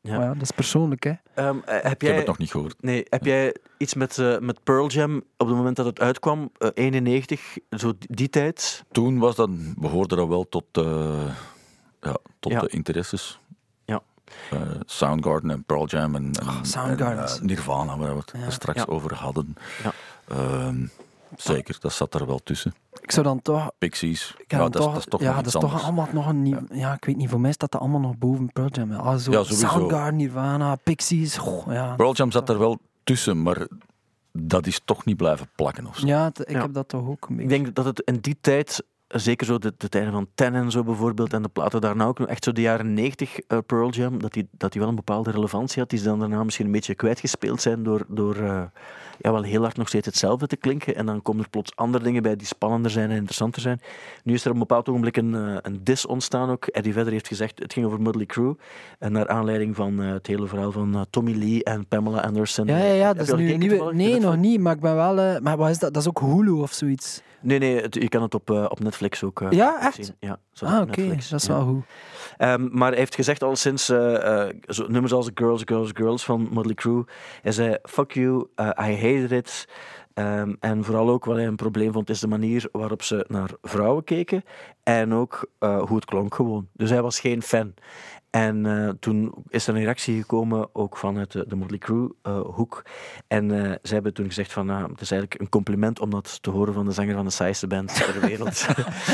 Ja. Maar ja, dat is persoonlijk, hè. Um, uh, heb Ik jij, heb het nog niet gehoord. Nee, heb jij iets met, uh, met Pearl Jam op het moment dat het uitkwam, uh, eenennegentig, zo die, die tijd? Toen was dat, behoorde dat wel tot, uh, ja, tot Ja. de interesses. Ja. Uh, Soundgarden en Pearl Jam en, en, Oh, Soundgarden. en uh, Nirvana, waar we het Ja. er straks Ja. over hadden. Ja. Um, zeker, dat zat er wel tussen. Ik zou dan toch... Pixies, Ik ja, heb dat, dan is, dat is toch ja, nog dat iets is toch anders. allemaal nog een... Ja. ja, ik weet niet, voor mij staat dat allemaal nog boven Pearl Jam. Ah, zo Ja, sowieso. Soundgarden, Nirvana, Pixies... Goh, ja. Pearl Jam zat er wel tussen, maar dat is toch niet blijven plakken of zo. Ja, het- ik Ja. heb dat toch ook een Ik beetje. denk dat het in die tijd, zeker zo de, de tijden van Ten en zo bijvoorbeeld, en de platen daarna ook nog, echt zo de jaren negentig uh, Pearl Jam, dat die, dat die wel een bepaalde relevantie had, die ze dan daarna misschien een beetje kwijtgespeeld zijn door, door uh, ja, wel heel hard nog steeds hetzelfde te klinken. En dan komen er plots andere dingen bij die spannender zijn en interessanter zijn. Nu is er op een bepaald ogenblik een, uh, een diss ontstaan ook. Eddie Vedder heeft gezegd, het ging over Mötley Crüe, en naar aanleiding van uh, het hele verhaal van uh, Tommy Lee en Pamela Anderson. Ja, ja, ja, Heb dat je is al nu gekeken nieuwe... toevallig? Nee, Is dat nog van- niet, maar ik ben wel... uh, maar wat is dat? Dat is ook Hulu of zoiets. Nee, nee, het- je kan het op, uh, op Netflix ook uh, Ja, echt? zien. Ja, zo Ah, op oké, Netflix, dat is ja. wel goed. Um, maar hij heeft gezegd al sinds uh, uh, zo, nummers als Girls, Girls, Girls van Mötley Crüe. Hij zei, fuck you, uh, I hated it. Um, en vooral ook wat hij een probleem vond, is de manier waarop ze naar vrouwen keken. En ook uh, hoe het klonk gewoon. Dus hij was geen fan. En uh, toen is er een reactie gekomen, ook vanuit de, de Mötley Crüe uh, hoek. En uh, ze hebben toen gezegd van, uh, het is eigenlijk een compliment om dat te horen van de zanger van de saaiste band ter wereld.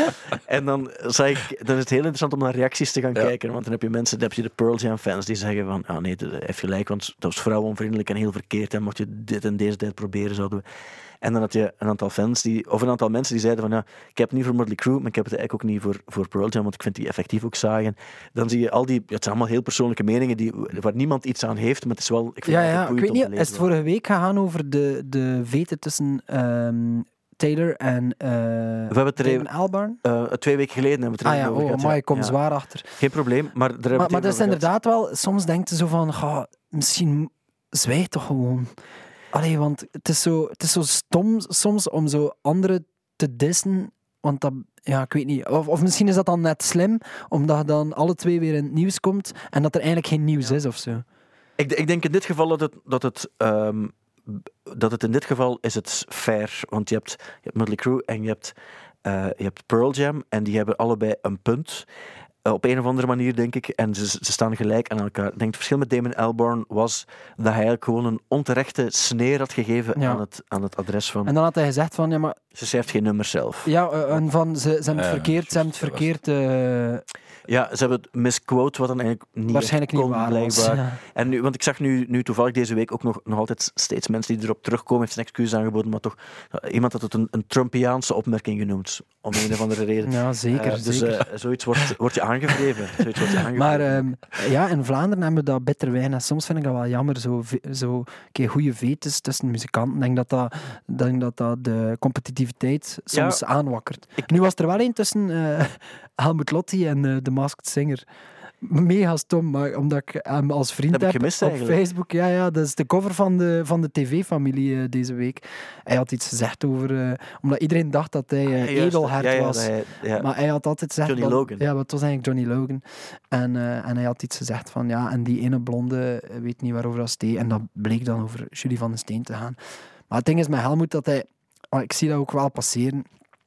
En dan, zei ik, dan is het heel interessant om naar reacties te gaan Ja. kijken, want dan heb je mensen, dan heb je de Pearl Jam fans die zeggen van, ah nee, dat heeft gelijk, want dat was vrouwenvriendelijk en heel verkeerd en mocht je dit en deze tijd proberen, zouden we... En dan had je een aantal fans, die, of een aantal mensen die zeiden van, ja, ik heb het niet voor Mötley Crüe, maar ik heb het eigenlijk ook niet voor, voor Pearl Jam, want ik vind die effectief ook saai. En dan zie je al die, ja, het zijn allemaal heel persoonlijke meningen die, waar niemand iets aan heeft, maar het is wel, ik vind Ja, het ja, altijd ik weet boeiend om niet, te is het lezen. vorige week gegaan over de, de veten tussen ehm, Taylor en uh, We hebben het er Damon even, Albarn? uh, twee weken geleden hebben we het er Ah even ja, over oh, gehad, maar ja. ik kom Ja. zwaar achter. Geen probleem, maar daar hebben we Maar, het maar dat even is over gehad. inderdaad wel, soms denkt je zo van, ga, misschien zwijg toch gewoon. Allee, want het is zo, het is zo stom soms om zo anderen te dissen, want dat, ja, ik weet niet. Of, of misschien is dat dan net slim, omdat dan alle twee weer in het nieuws komt en dat er eigenlijk geen nieuws Ja. is of zo. Ik, ik denk in dit geval dat het, dat het, um, dat het in dit geval is het fair, want je hebt, je hebt Mötley Crüe en je hebt, uh, je hebt Pearl Jam en die hebben allebei een punt. Uh, op een of andere manier, denk ik. En ze, ze staan gelijk aan elkaar. Ik denk het verschil met Damon Albarn was dat hij eigenlijk gewoon een onterechte sneer had gegeven Ja. aan, het, aan het adres van... En dan had hij gezegd van, ja, maar Ze schrijft geen nummer zelf. ja, uh, en van, ze, ze hebben het Ja, verkeerd, ze hebben het juist, dat was- verkeerd... uh, Ja, ze hebben het misquote, wat dan eigenlijk niet waarschijnlijk echt niet kon, waar was. blijkbaar. Ja. En nu, want ik zag nu, nu toevallig deze week ook nog, nog altijd steeds mensen die erop terugkomen, heeft zijn excuus aangeboden, maar toch, uh, iemand had het een, een Trumpiaanse opmerking genoemd, om een of andere reden. Ja, zeker. Uh, dus zeker. uh, zoiets wordt, wordt je aangevreven. Zoiets wordt je aangevreven. Maar ehm, ja, in Vlaanderen hebben we dat bitter weinig. Soms vind ik dat wel jammer, zo, ve- zo goede vetes tussen muzikanten. Ik denk dat dat, denk dat, dat de competitiviteit soms aanwakkert. Ik- Nu was er wel een tussen uh, Helmut Lotti en uh, The Masked Singer. Mega stom, maar omdat ik hem als vriend Dat heb ik heb gemist op eigenlijk. Facebook. Ja, ja, dat is de cover van de, van de tv-familie uh, deze week. Hij had iets gezegd over... Uh, omdat iedereen dacht dat hij uh, Ja, juist, edelhert ja, ja, was. dat hij- ja. Maar hij had altijd gezegd... Johnny dat- Logan. Ja, wat was eigenlijk Johnny Logan. En, uh, en hij had iets gezegd van... Ja, en die ene blonde uh, weet niet waarover dat steed. En dat bleek dan over Julie van den Steen te gaan. Maar het ding is met Helmut dat hij... Oh, ik zie dat ook wel passeren.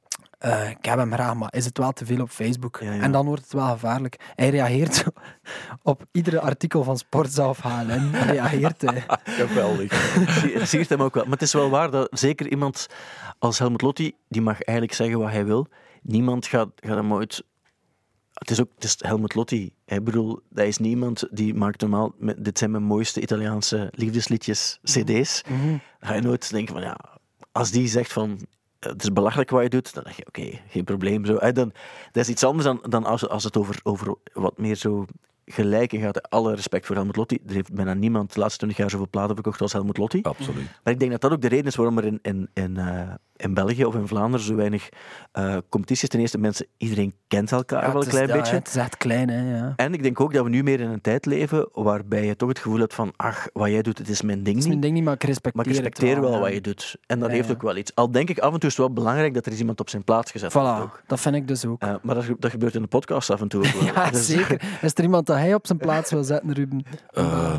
Uh, ik heb hem graag, maar is het wel te veel op Facebook? Ja, ja. En dan wordt het wel gevaarlijk. Hij reageert zo op iedere artikel van Sportza of H L N. Reageert hij. Geweldig. Het siert hem ook wel. Maar het is wel waar dat zeker iemand als Helmut Lotti, die mag eigenlijk zeggen wat hij wil. Niemand gaat, gaat hem ooit... Het is ook het is Helmut Lotti. Ik bedoel, dat is niemand die maakt normaal... Met, dit zijn mijn mooiste Italiaanse liefdesliedjes, cd's. Mhm. Dan ga je nooit denken van, ja... Als die zegt van... Het is belachelijk wat je doet, dan denk je, oké, okay, geen probleem. Zo. En dan, dat is iets anders dan, dan als, als het over, over wat meer zo gelijken gaat. Alle respect voor Helmut Lotti. Er heeft bijna niemand de laatste twintig jaar zoveel platen verkocht als Helmut Lotti. Absoluut. Maar ik denk dat dat ook de reden is waarom er in, in, in, uh, in België of in Vlaanderen zo weinig uh, competities. Ten eerste, mensen, iedereen kent elkaar ja, wel een klein is, beetje. Ja, het is echt klein, hè. Ja. En ik denk ook dat we nu meer in een tijd leven waarbij je toch het gevoel hebt van, ach, wat jij doet, het is mijn ding niet. Het is mijn ding niet, maar ik respecteer, maar ik respecteer het wel, wel ja. wat je doet. En dat ja, heeft ja. ook wel iets. Al denk ik af en toe is het wel belangrijk dat er is iemand op zijn plaats gezet wordt. Voilà, ook. dat vind ik dus ook. Uh, maar dat, dat gebeurt in de podcast af en toe ook wel. Ja, dus, zeker. Is er iemand dat hij op zijn plaats wil zetten, Ruben? Uh,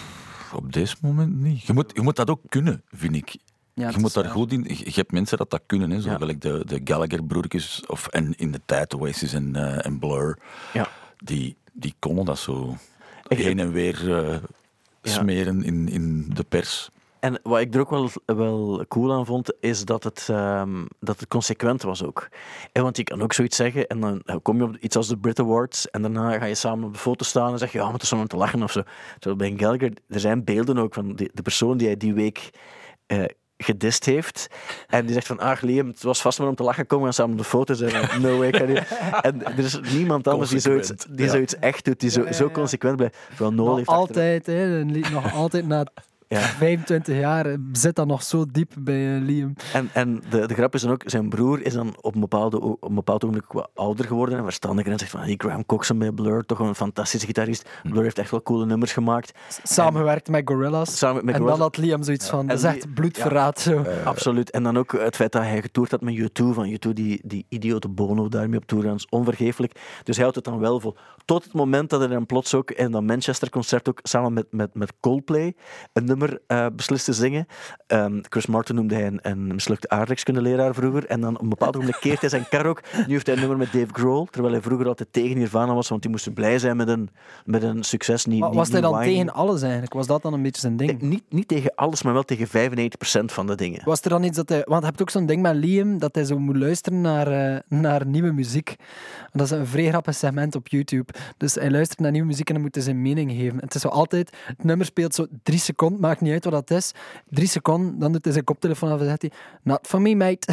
op dit moment niet. Je moet, je moet dat ook kunnen, vind ik. Ja, je moet daar waar. goed in... Je, je hebt mensen dat dat kunnen, hè, zo ja. gelijk de, de Gallagher-broertjes, of en in de tijd Oasis en, uh, en Blur. Ja. Die, die konden dat zo ik, heen en weer uh, ja. smeren in, in de pers. En wat ik er ook wel, wel cool aan vond, is dat het, um, dat het consequent was ook. En want je kan ook zoiets zeggen, en dan kom je op iets als de Brit Awards, en daarna ga je samen op de foto staan en zeg je, ja, maar het is om te lachen of zo. Terwijl bij Gallagher, er zijn beelden ook van de, de persoon die hij die week uh, gedist heeft. En die zegt van, ah, Liam, het was vast maar om te lachen, komen we samen op de foto zijn. No way, kan je... En er is niemand anders die zoiets, die ja. zoiets echt doet, die zo, ja, ja, ja. zo consequent blijft. Terwijl Noel nog heeft altijd, hè, nog altijd na... Ja. vijfentwintig jaar zit dat nog zo diep bij uh, Liam. En, en de, de grap is dan ook, zijn broer is dan op een, bepaalde, op een bepaald ogenblik wat ouder geworden en verstandiger en zegt van, hey, Graham Coxon bij Blur, toch een fantastische gitarist. Blur hm. heeft echt wel coole nummers gemaakt. Samengewerkt met Gorillaz. Samen met en Gorillaz. dan had Liam zoiets van, dat is echt bloedverraad. Ja, zo. Uh, Absoluut. En dan ook het feit dat hij getoerd had met U twee, van U twee die, die idiote Bono daarmee op tour gaan, is onvergeeflijk. Dus hij houdt het dan wel vol. Tot het moment dat hij dan plots ook in dat Manchester concert ook samen met, met, met Coldplay een nummer uh, beslist te zingen. Um, Chris Martin noemde hij een, een mislukte aardrijkskundeleraar vroeger. En dan op een bepaald moment keert hij zijn kar ook. Nu heeft hij een nummer met Dave Grohl, terwijl hij vroeger altijd tegen Nirvana was, want die moesten blij zijn met een, met een succes. Niet, maar was niet, hij dan wine. tegen alles eigenlijk? Was dat dan een beetje zijn ding? Nee, niet, niet tegen alles, maar wel tegen vijfennegentig procent van de dingen. Was er dan iets dat hij... Want je hebt ook zo'n ding met Liam, dat hij zo moet luisteren naar, uh, naar nieuwe muziek. Dat is een vrij grappig segment op YouTube. Dus hij luistert naar nieuwe muziek en dan moet hij zijn mening geven. Het is zo altijd... Het nummer speelt zo drie seconden, maakt niet uit wat dat is. Drie seconden, dan doet hij zijn koptelefoon af en zegt hij... Not for me, mate.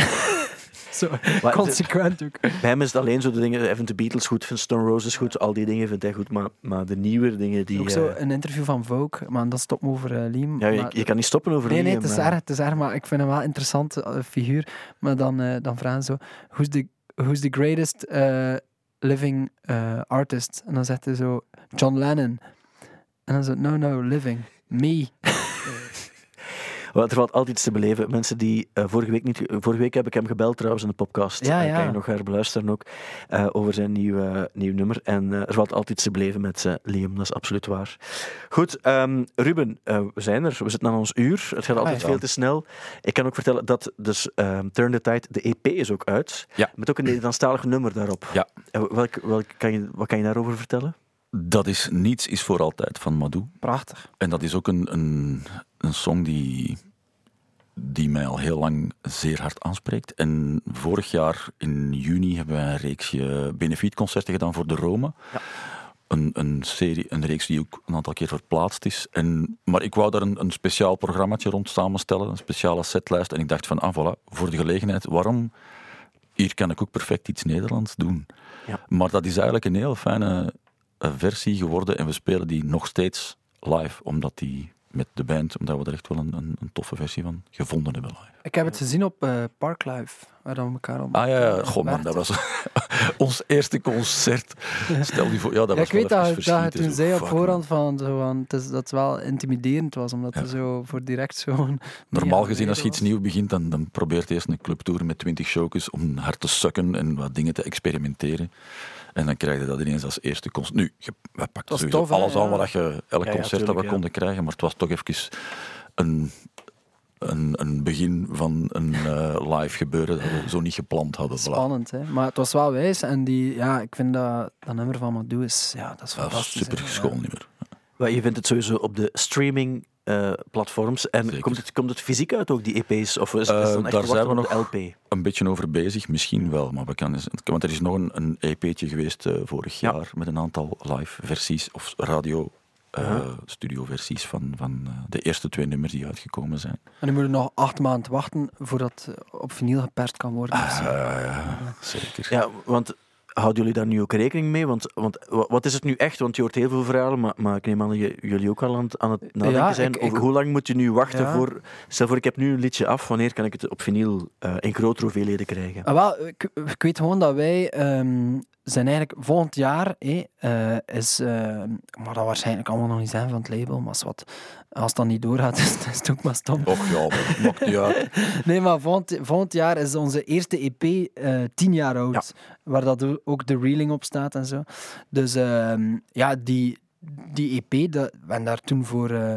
Zo, maar consequent ook. Bij hem is het alleen zo de dingen... Hij vindt de Beatles goed, vindt Stone Roses goed, al die dingen vindt hij goed, maar, maar de nieuwe dingen die... Ook zo een interview van Vogue, maar dat stopt me over uh, Liam. Ja, je, maar, je kan niet stoppen over nee, Liam. Nee, het is, erg, het is erg, maar ik vind hem wel een interessante uh, figuur. Maar dan, uh, dan vragen ze zo... Who's the, who's the greatest uh, living uh, artist? En dan zegt hij zo... John Lennon. En dan zo... No, no, living. Me. Er valt altijd iets te beleven. Mensen die uh, vorige week niet... Vorige week heb ik hem gebeld trouwens in de podcast. Ja, ja. Uh, kan je nog herbeluisteren ook. Uh, over zijn nieuw, uh, nieuw nummer. En uh, er valt altijd iets te beleven met uh, Liam. Dat is absoluut waar. Goed, um, Ruben. Uh, we zijn er. We zitten aan ons uur. Het gaat altijd ah, ja. veel te snel. Ik kan ook vertellen dat dus um, Turn the Tide, de E P is ook uit. Ja. Met ook een Nederlandstalig nummer daarop. Ja. Uh, welk, welk, kan je, wat kan je daarover vertellen? Dat is Niets is voor altijd van Madou. Prachtig. En dat is ook een, een, een song die, die mij al heel lang zeer hard aanspreekt. En vorig jaar in juni hebben wij een reeksje benefietconcerten gedaan voor de Rome. Ja. Een, een, serie, een reeks die ook een aantal keer verplaatst is. En, maar ik wou daar een, een speciaal programmaatje rond samenstellen, een speciale setlijst. En ik dacht van, ah voilà, voor de gelegenheid, waarom... Hier kan ik ook perfect iets Nederlands doen. Ja. Maar dat is eigenlijk een heel fijne... versie geworden en we spelen die nog steeds live, omdat die met de band, omdat we er echt wel een, een, een toffe versie van gevonden hebben live. Ik heb het gezien op uh, Parklife, waar dan we elkaar op. Ah ja, ja. Goh man, dat was ons eerste concert. Stel die voor, ja, dat ja, was ik weet wel dat, dat je toen zei op voorhand man. van, zo, van het is, dat het wel intimiderend was, omdat ja. er zo voor direct zo'n... Normaal gezien, als je iets nieuw begint, dan, dan probeert je eerst een clubtour met twintig showjes om hard te sukken en wat dingen te experimenteren. En dan krijg je dat ineens als eerste concert. Nu, je, wij pakten sowieso tof, alles ja. aan wat je, elk ja, concert ja, dat we ja. konden krijgen, maar het was toch even een, een, een begin van een uh, live gebeuren dat we zo niet gepland hadden. Spannend, hè? Maar het was wel wijs en die, ja, ik vind dat dat nummer van Madou is, ja, dat is fantastisch. Super schoon nummer. Ja. Je vindt het sowieso op de streaming uh, platforms. En komt het, komt het fysiek uit ook, die E P's? Of is, is dan echt uh, daar zijn we nog de L P? Een beetje over bezig, misschien wel. Maar we kan eens, want er is nog een, een E P'tje geweest uh, vorig jaar ja. met een aantal live versies of radio uh, uh-huh. studioversies van, van uh, de eerste twee nummers die uitgekomen zijn. En nu moet je nog acht maanden wachten voordat op vinyl geperst kan worden. Uh, ja, zeker. Ja, want houden jullie daar nu ook rekening mee? Want, want wat is het nu echt? Want je hoort heel veel verhalen, maar, maar ik neem aan dat je, jullie ook al aan het, aan het nadenken Ja, zijn. ik- Over ik- hoe lang moet je nu wachten Ja. voor... Stel voor, ik heb nu een liedje af. Wanneer kan ik het op vinyl uh, in grotere hoeveelheden krijgen? Ah, wel, ik, ik weet gewoon dat wij um, zijn eigenlijk volgend jaar eh, uh, is, uh, maar dat waarschijnlijk allemaal nog niet zijn van het label, maar wat, als het dan niet doorgaat, is, is het ook maar stom. Och ja, dat maakt niet uit. Nee, maar volgend, volgend jaar is onze eerste E P uh, tien jaar oud, Ja. waar dat ook de reeling op staat en zo. Dus um, ja, die, die E P, dat, we hebben daar toen voor... Uh,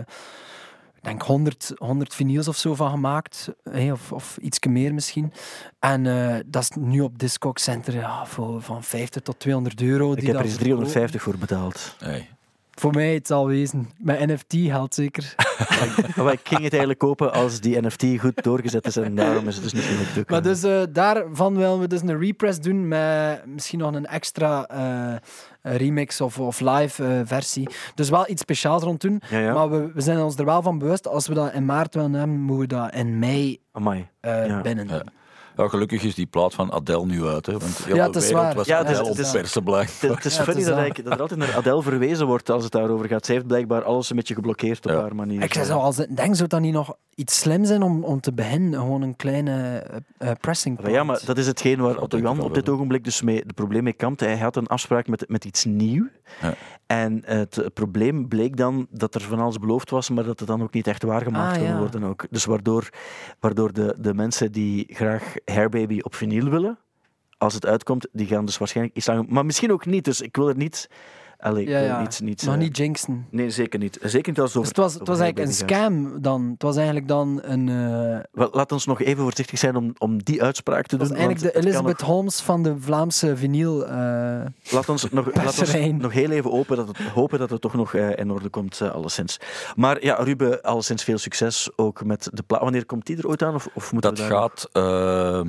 Ik denk honderd, honderd vinyls of zo van gemaakt. Hey, of, of iets meer misschien. En uh, dat is nu op Discogs Center ja, voor, van vijftig tot tweehonderd euro. Ik die heb er dat eens driehonderdvijftig voor betaald. Hey. Voor mij het zal wezen. Met N F T geldt zeker. Maar ik ging het eigenlijk kopen als die N F T goed doorgezet is en daarom is het dus niet genoeg te Maar dus uh, daarvan willen we dus een repress doen met misschien nog een extra uh, remix of, of live uh, versie. Dus wel iets speciaals rond doen. Ja, ja. Maar we, we zijn ons er wel van bewust. Als we dat in maart willen hebben, moeten we dat in mei Amai. uh, Ja. binnen doen. Ja. Ja, gelukkig is die plaat van Adele nu uit. Hè, want heel Ja, de het is wereld waar. was Ja, Adele het is- op het is- persen blijkt. Het, het is Ja, het funny is dat, dat. eigenlijk- dat er altijd naar Adele verwezen wordt als het daarover gaat. Zij heeft blijkbaar alles een beetje geblokkeerd op Ja. haar manier. Ik zei zo, als het, denk, zou dat niet nog iets slim zijn om, om te beginnen? Gewoon een kleine uh, uh, pressing Maar ja, maar dat is hetgeen waar Dat Otto denk ik Jan wel op dit wel. ogenblik dus mee, het probleem mee kampt. Hij had een afspraak met, met iets nieuws. Ja. En het, het probleem bleek dan dat er van alles beloofd was, maar dat het dan ook niet echt waargemaakt Ah, kon ja. worden. Ook. Dus waardoor, waardoor de, de mensen die graag Hair Baby op vinyl willen, als het uitkomt, die gaan dus waarschijnlijk iets langer... Maar misschien ook niet, dus ik wil er niet... Allee, ik Ja, wil ja. niet, niet, Nog eh, niet jinxen. Nee, zeker niet. Zeker niet als het Dus over... het was, het was over eigenlijk een Hair Baby gaat. scam dan. Het was eigenlijk dan een... Uh, Wel, laat ons nog even voorzichtig zijn om, om die uitspraak te het was doen. eigenlijk want de het kan Elizabeth Holmes van de Vlaamse vinyl. Uh, Laat ons nog, laat ons Perserijn. nog heel even open dat het, hopen dat het toch nog uh, in orde komt, uh, alleszins. Maar ja, Ruben, alleszins veel succes ook met de plaat. Wanneer komt die er ooit aan? Of, of moeten Dat we daar... gaat uh,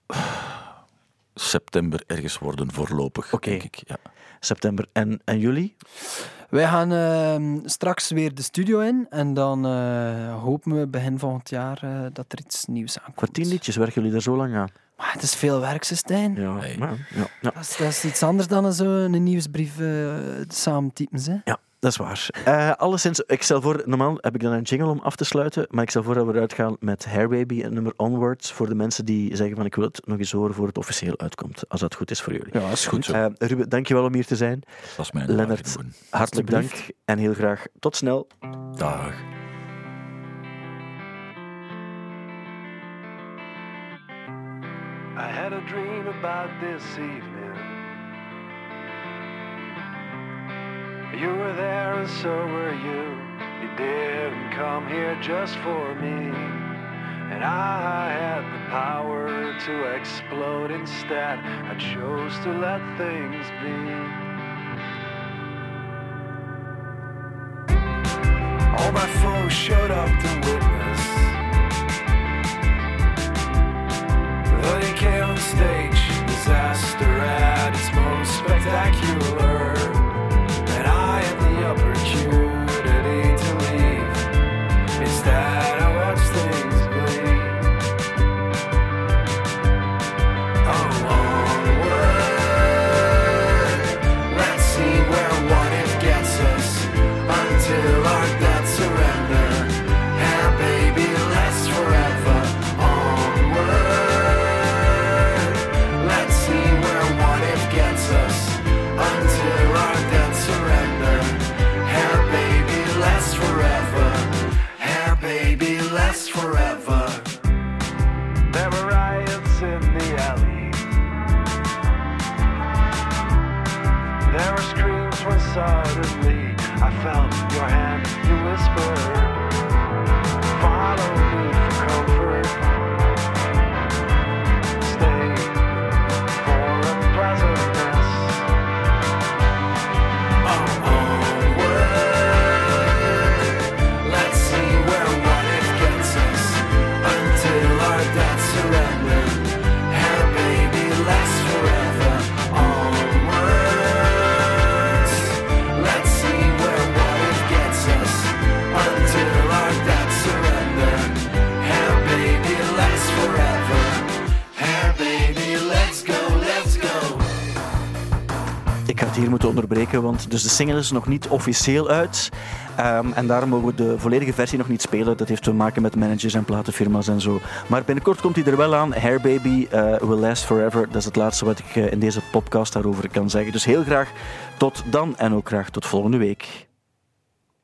september ergens worden voorlopig, Oké. denk ik. Ja. September. En, en jullie? wij gaan uh, straks weer de studio in. En dan uh, hopen we begin volgend jaar uh, dat er iets nieuws aankomt. Voor tien liedjes werken jullie daar zo lang aan? Maar het is veel werk, ze, Stijn. Ja, Nee. ja, ja, ja. Dat, is, dat is iets anders dan zo een nieuwsbrief uh, samen typen. Hè? Ja, dat is waar. Uh, alleszins, ik stel voor, normaal heb ik dan een jingle om af te sluiten, maar ik stel voor dat we eruit gaan met Hair Baby en nummer Onwards, voor de mensen die zeggen van ik wil het nog eens horen voor het officieel uitkomt, als dat goed is voor jullie. Ja, is Goed zo. Uh, Ruben, dankjewel om hier te zijn. Dat is mijn Lennart, genoegen. hartelijk dank en heel graag tot snel. Dag. I had a dream about this evening. You were there and so were you. You didn't come here just for me. And I had the power to explode instead. I chose to let things be. All my foes showed up to witness. They came on stage, disaster at its most spectacular. And I had the opportunity to leave. Instead, I watched things bleed. Oh, onward. Let's see where what if gets us until our death surrender. Hair baby lasts forever. Onward. Let's see where what if gets us until our death surrender. Hair baby lasts forever. Hair baby lasts forever. There were riots in the alley. There were screams when suddenly I felt your hand. You whispered, follow me for comfort. Stay for unpleasantness. Oh, onward. Let's see where what if gets us until our death surrender. Hair baby lasts forever. Onwards. Let's see where what if gets us until our death surrender. Ik ga het hier moeten onderbreken, want dus de single is nog niet officieel uit. Um, en daarom mogen we de volledige versie nog niet spelen. Dat heeft te maken met managers en platenfirma's en zo. Maar binnenkort komt hij er wel aan. Hair Baby uh, Will Last Forever. Dat is het laatste wat ik uh, in deze podcast daarover kan zeggen. Dus heel graag tot dan en ook graag tot volgende week.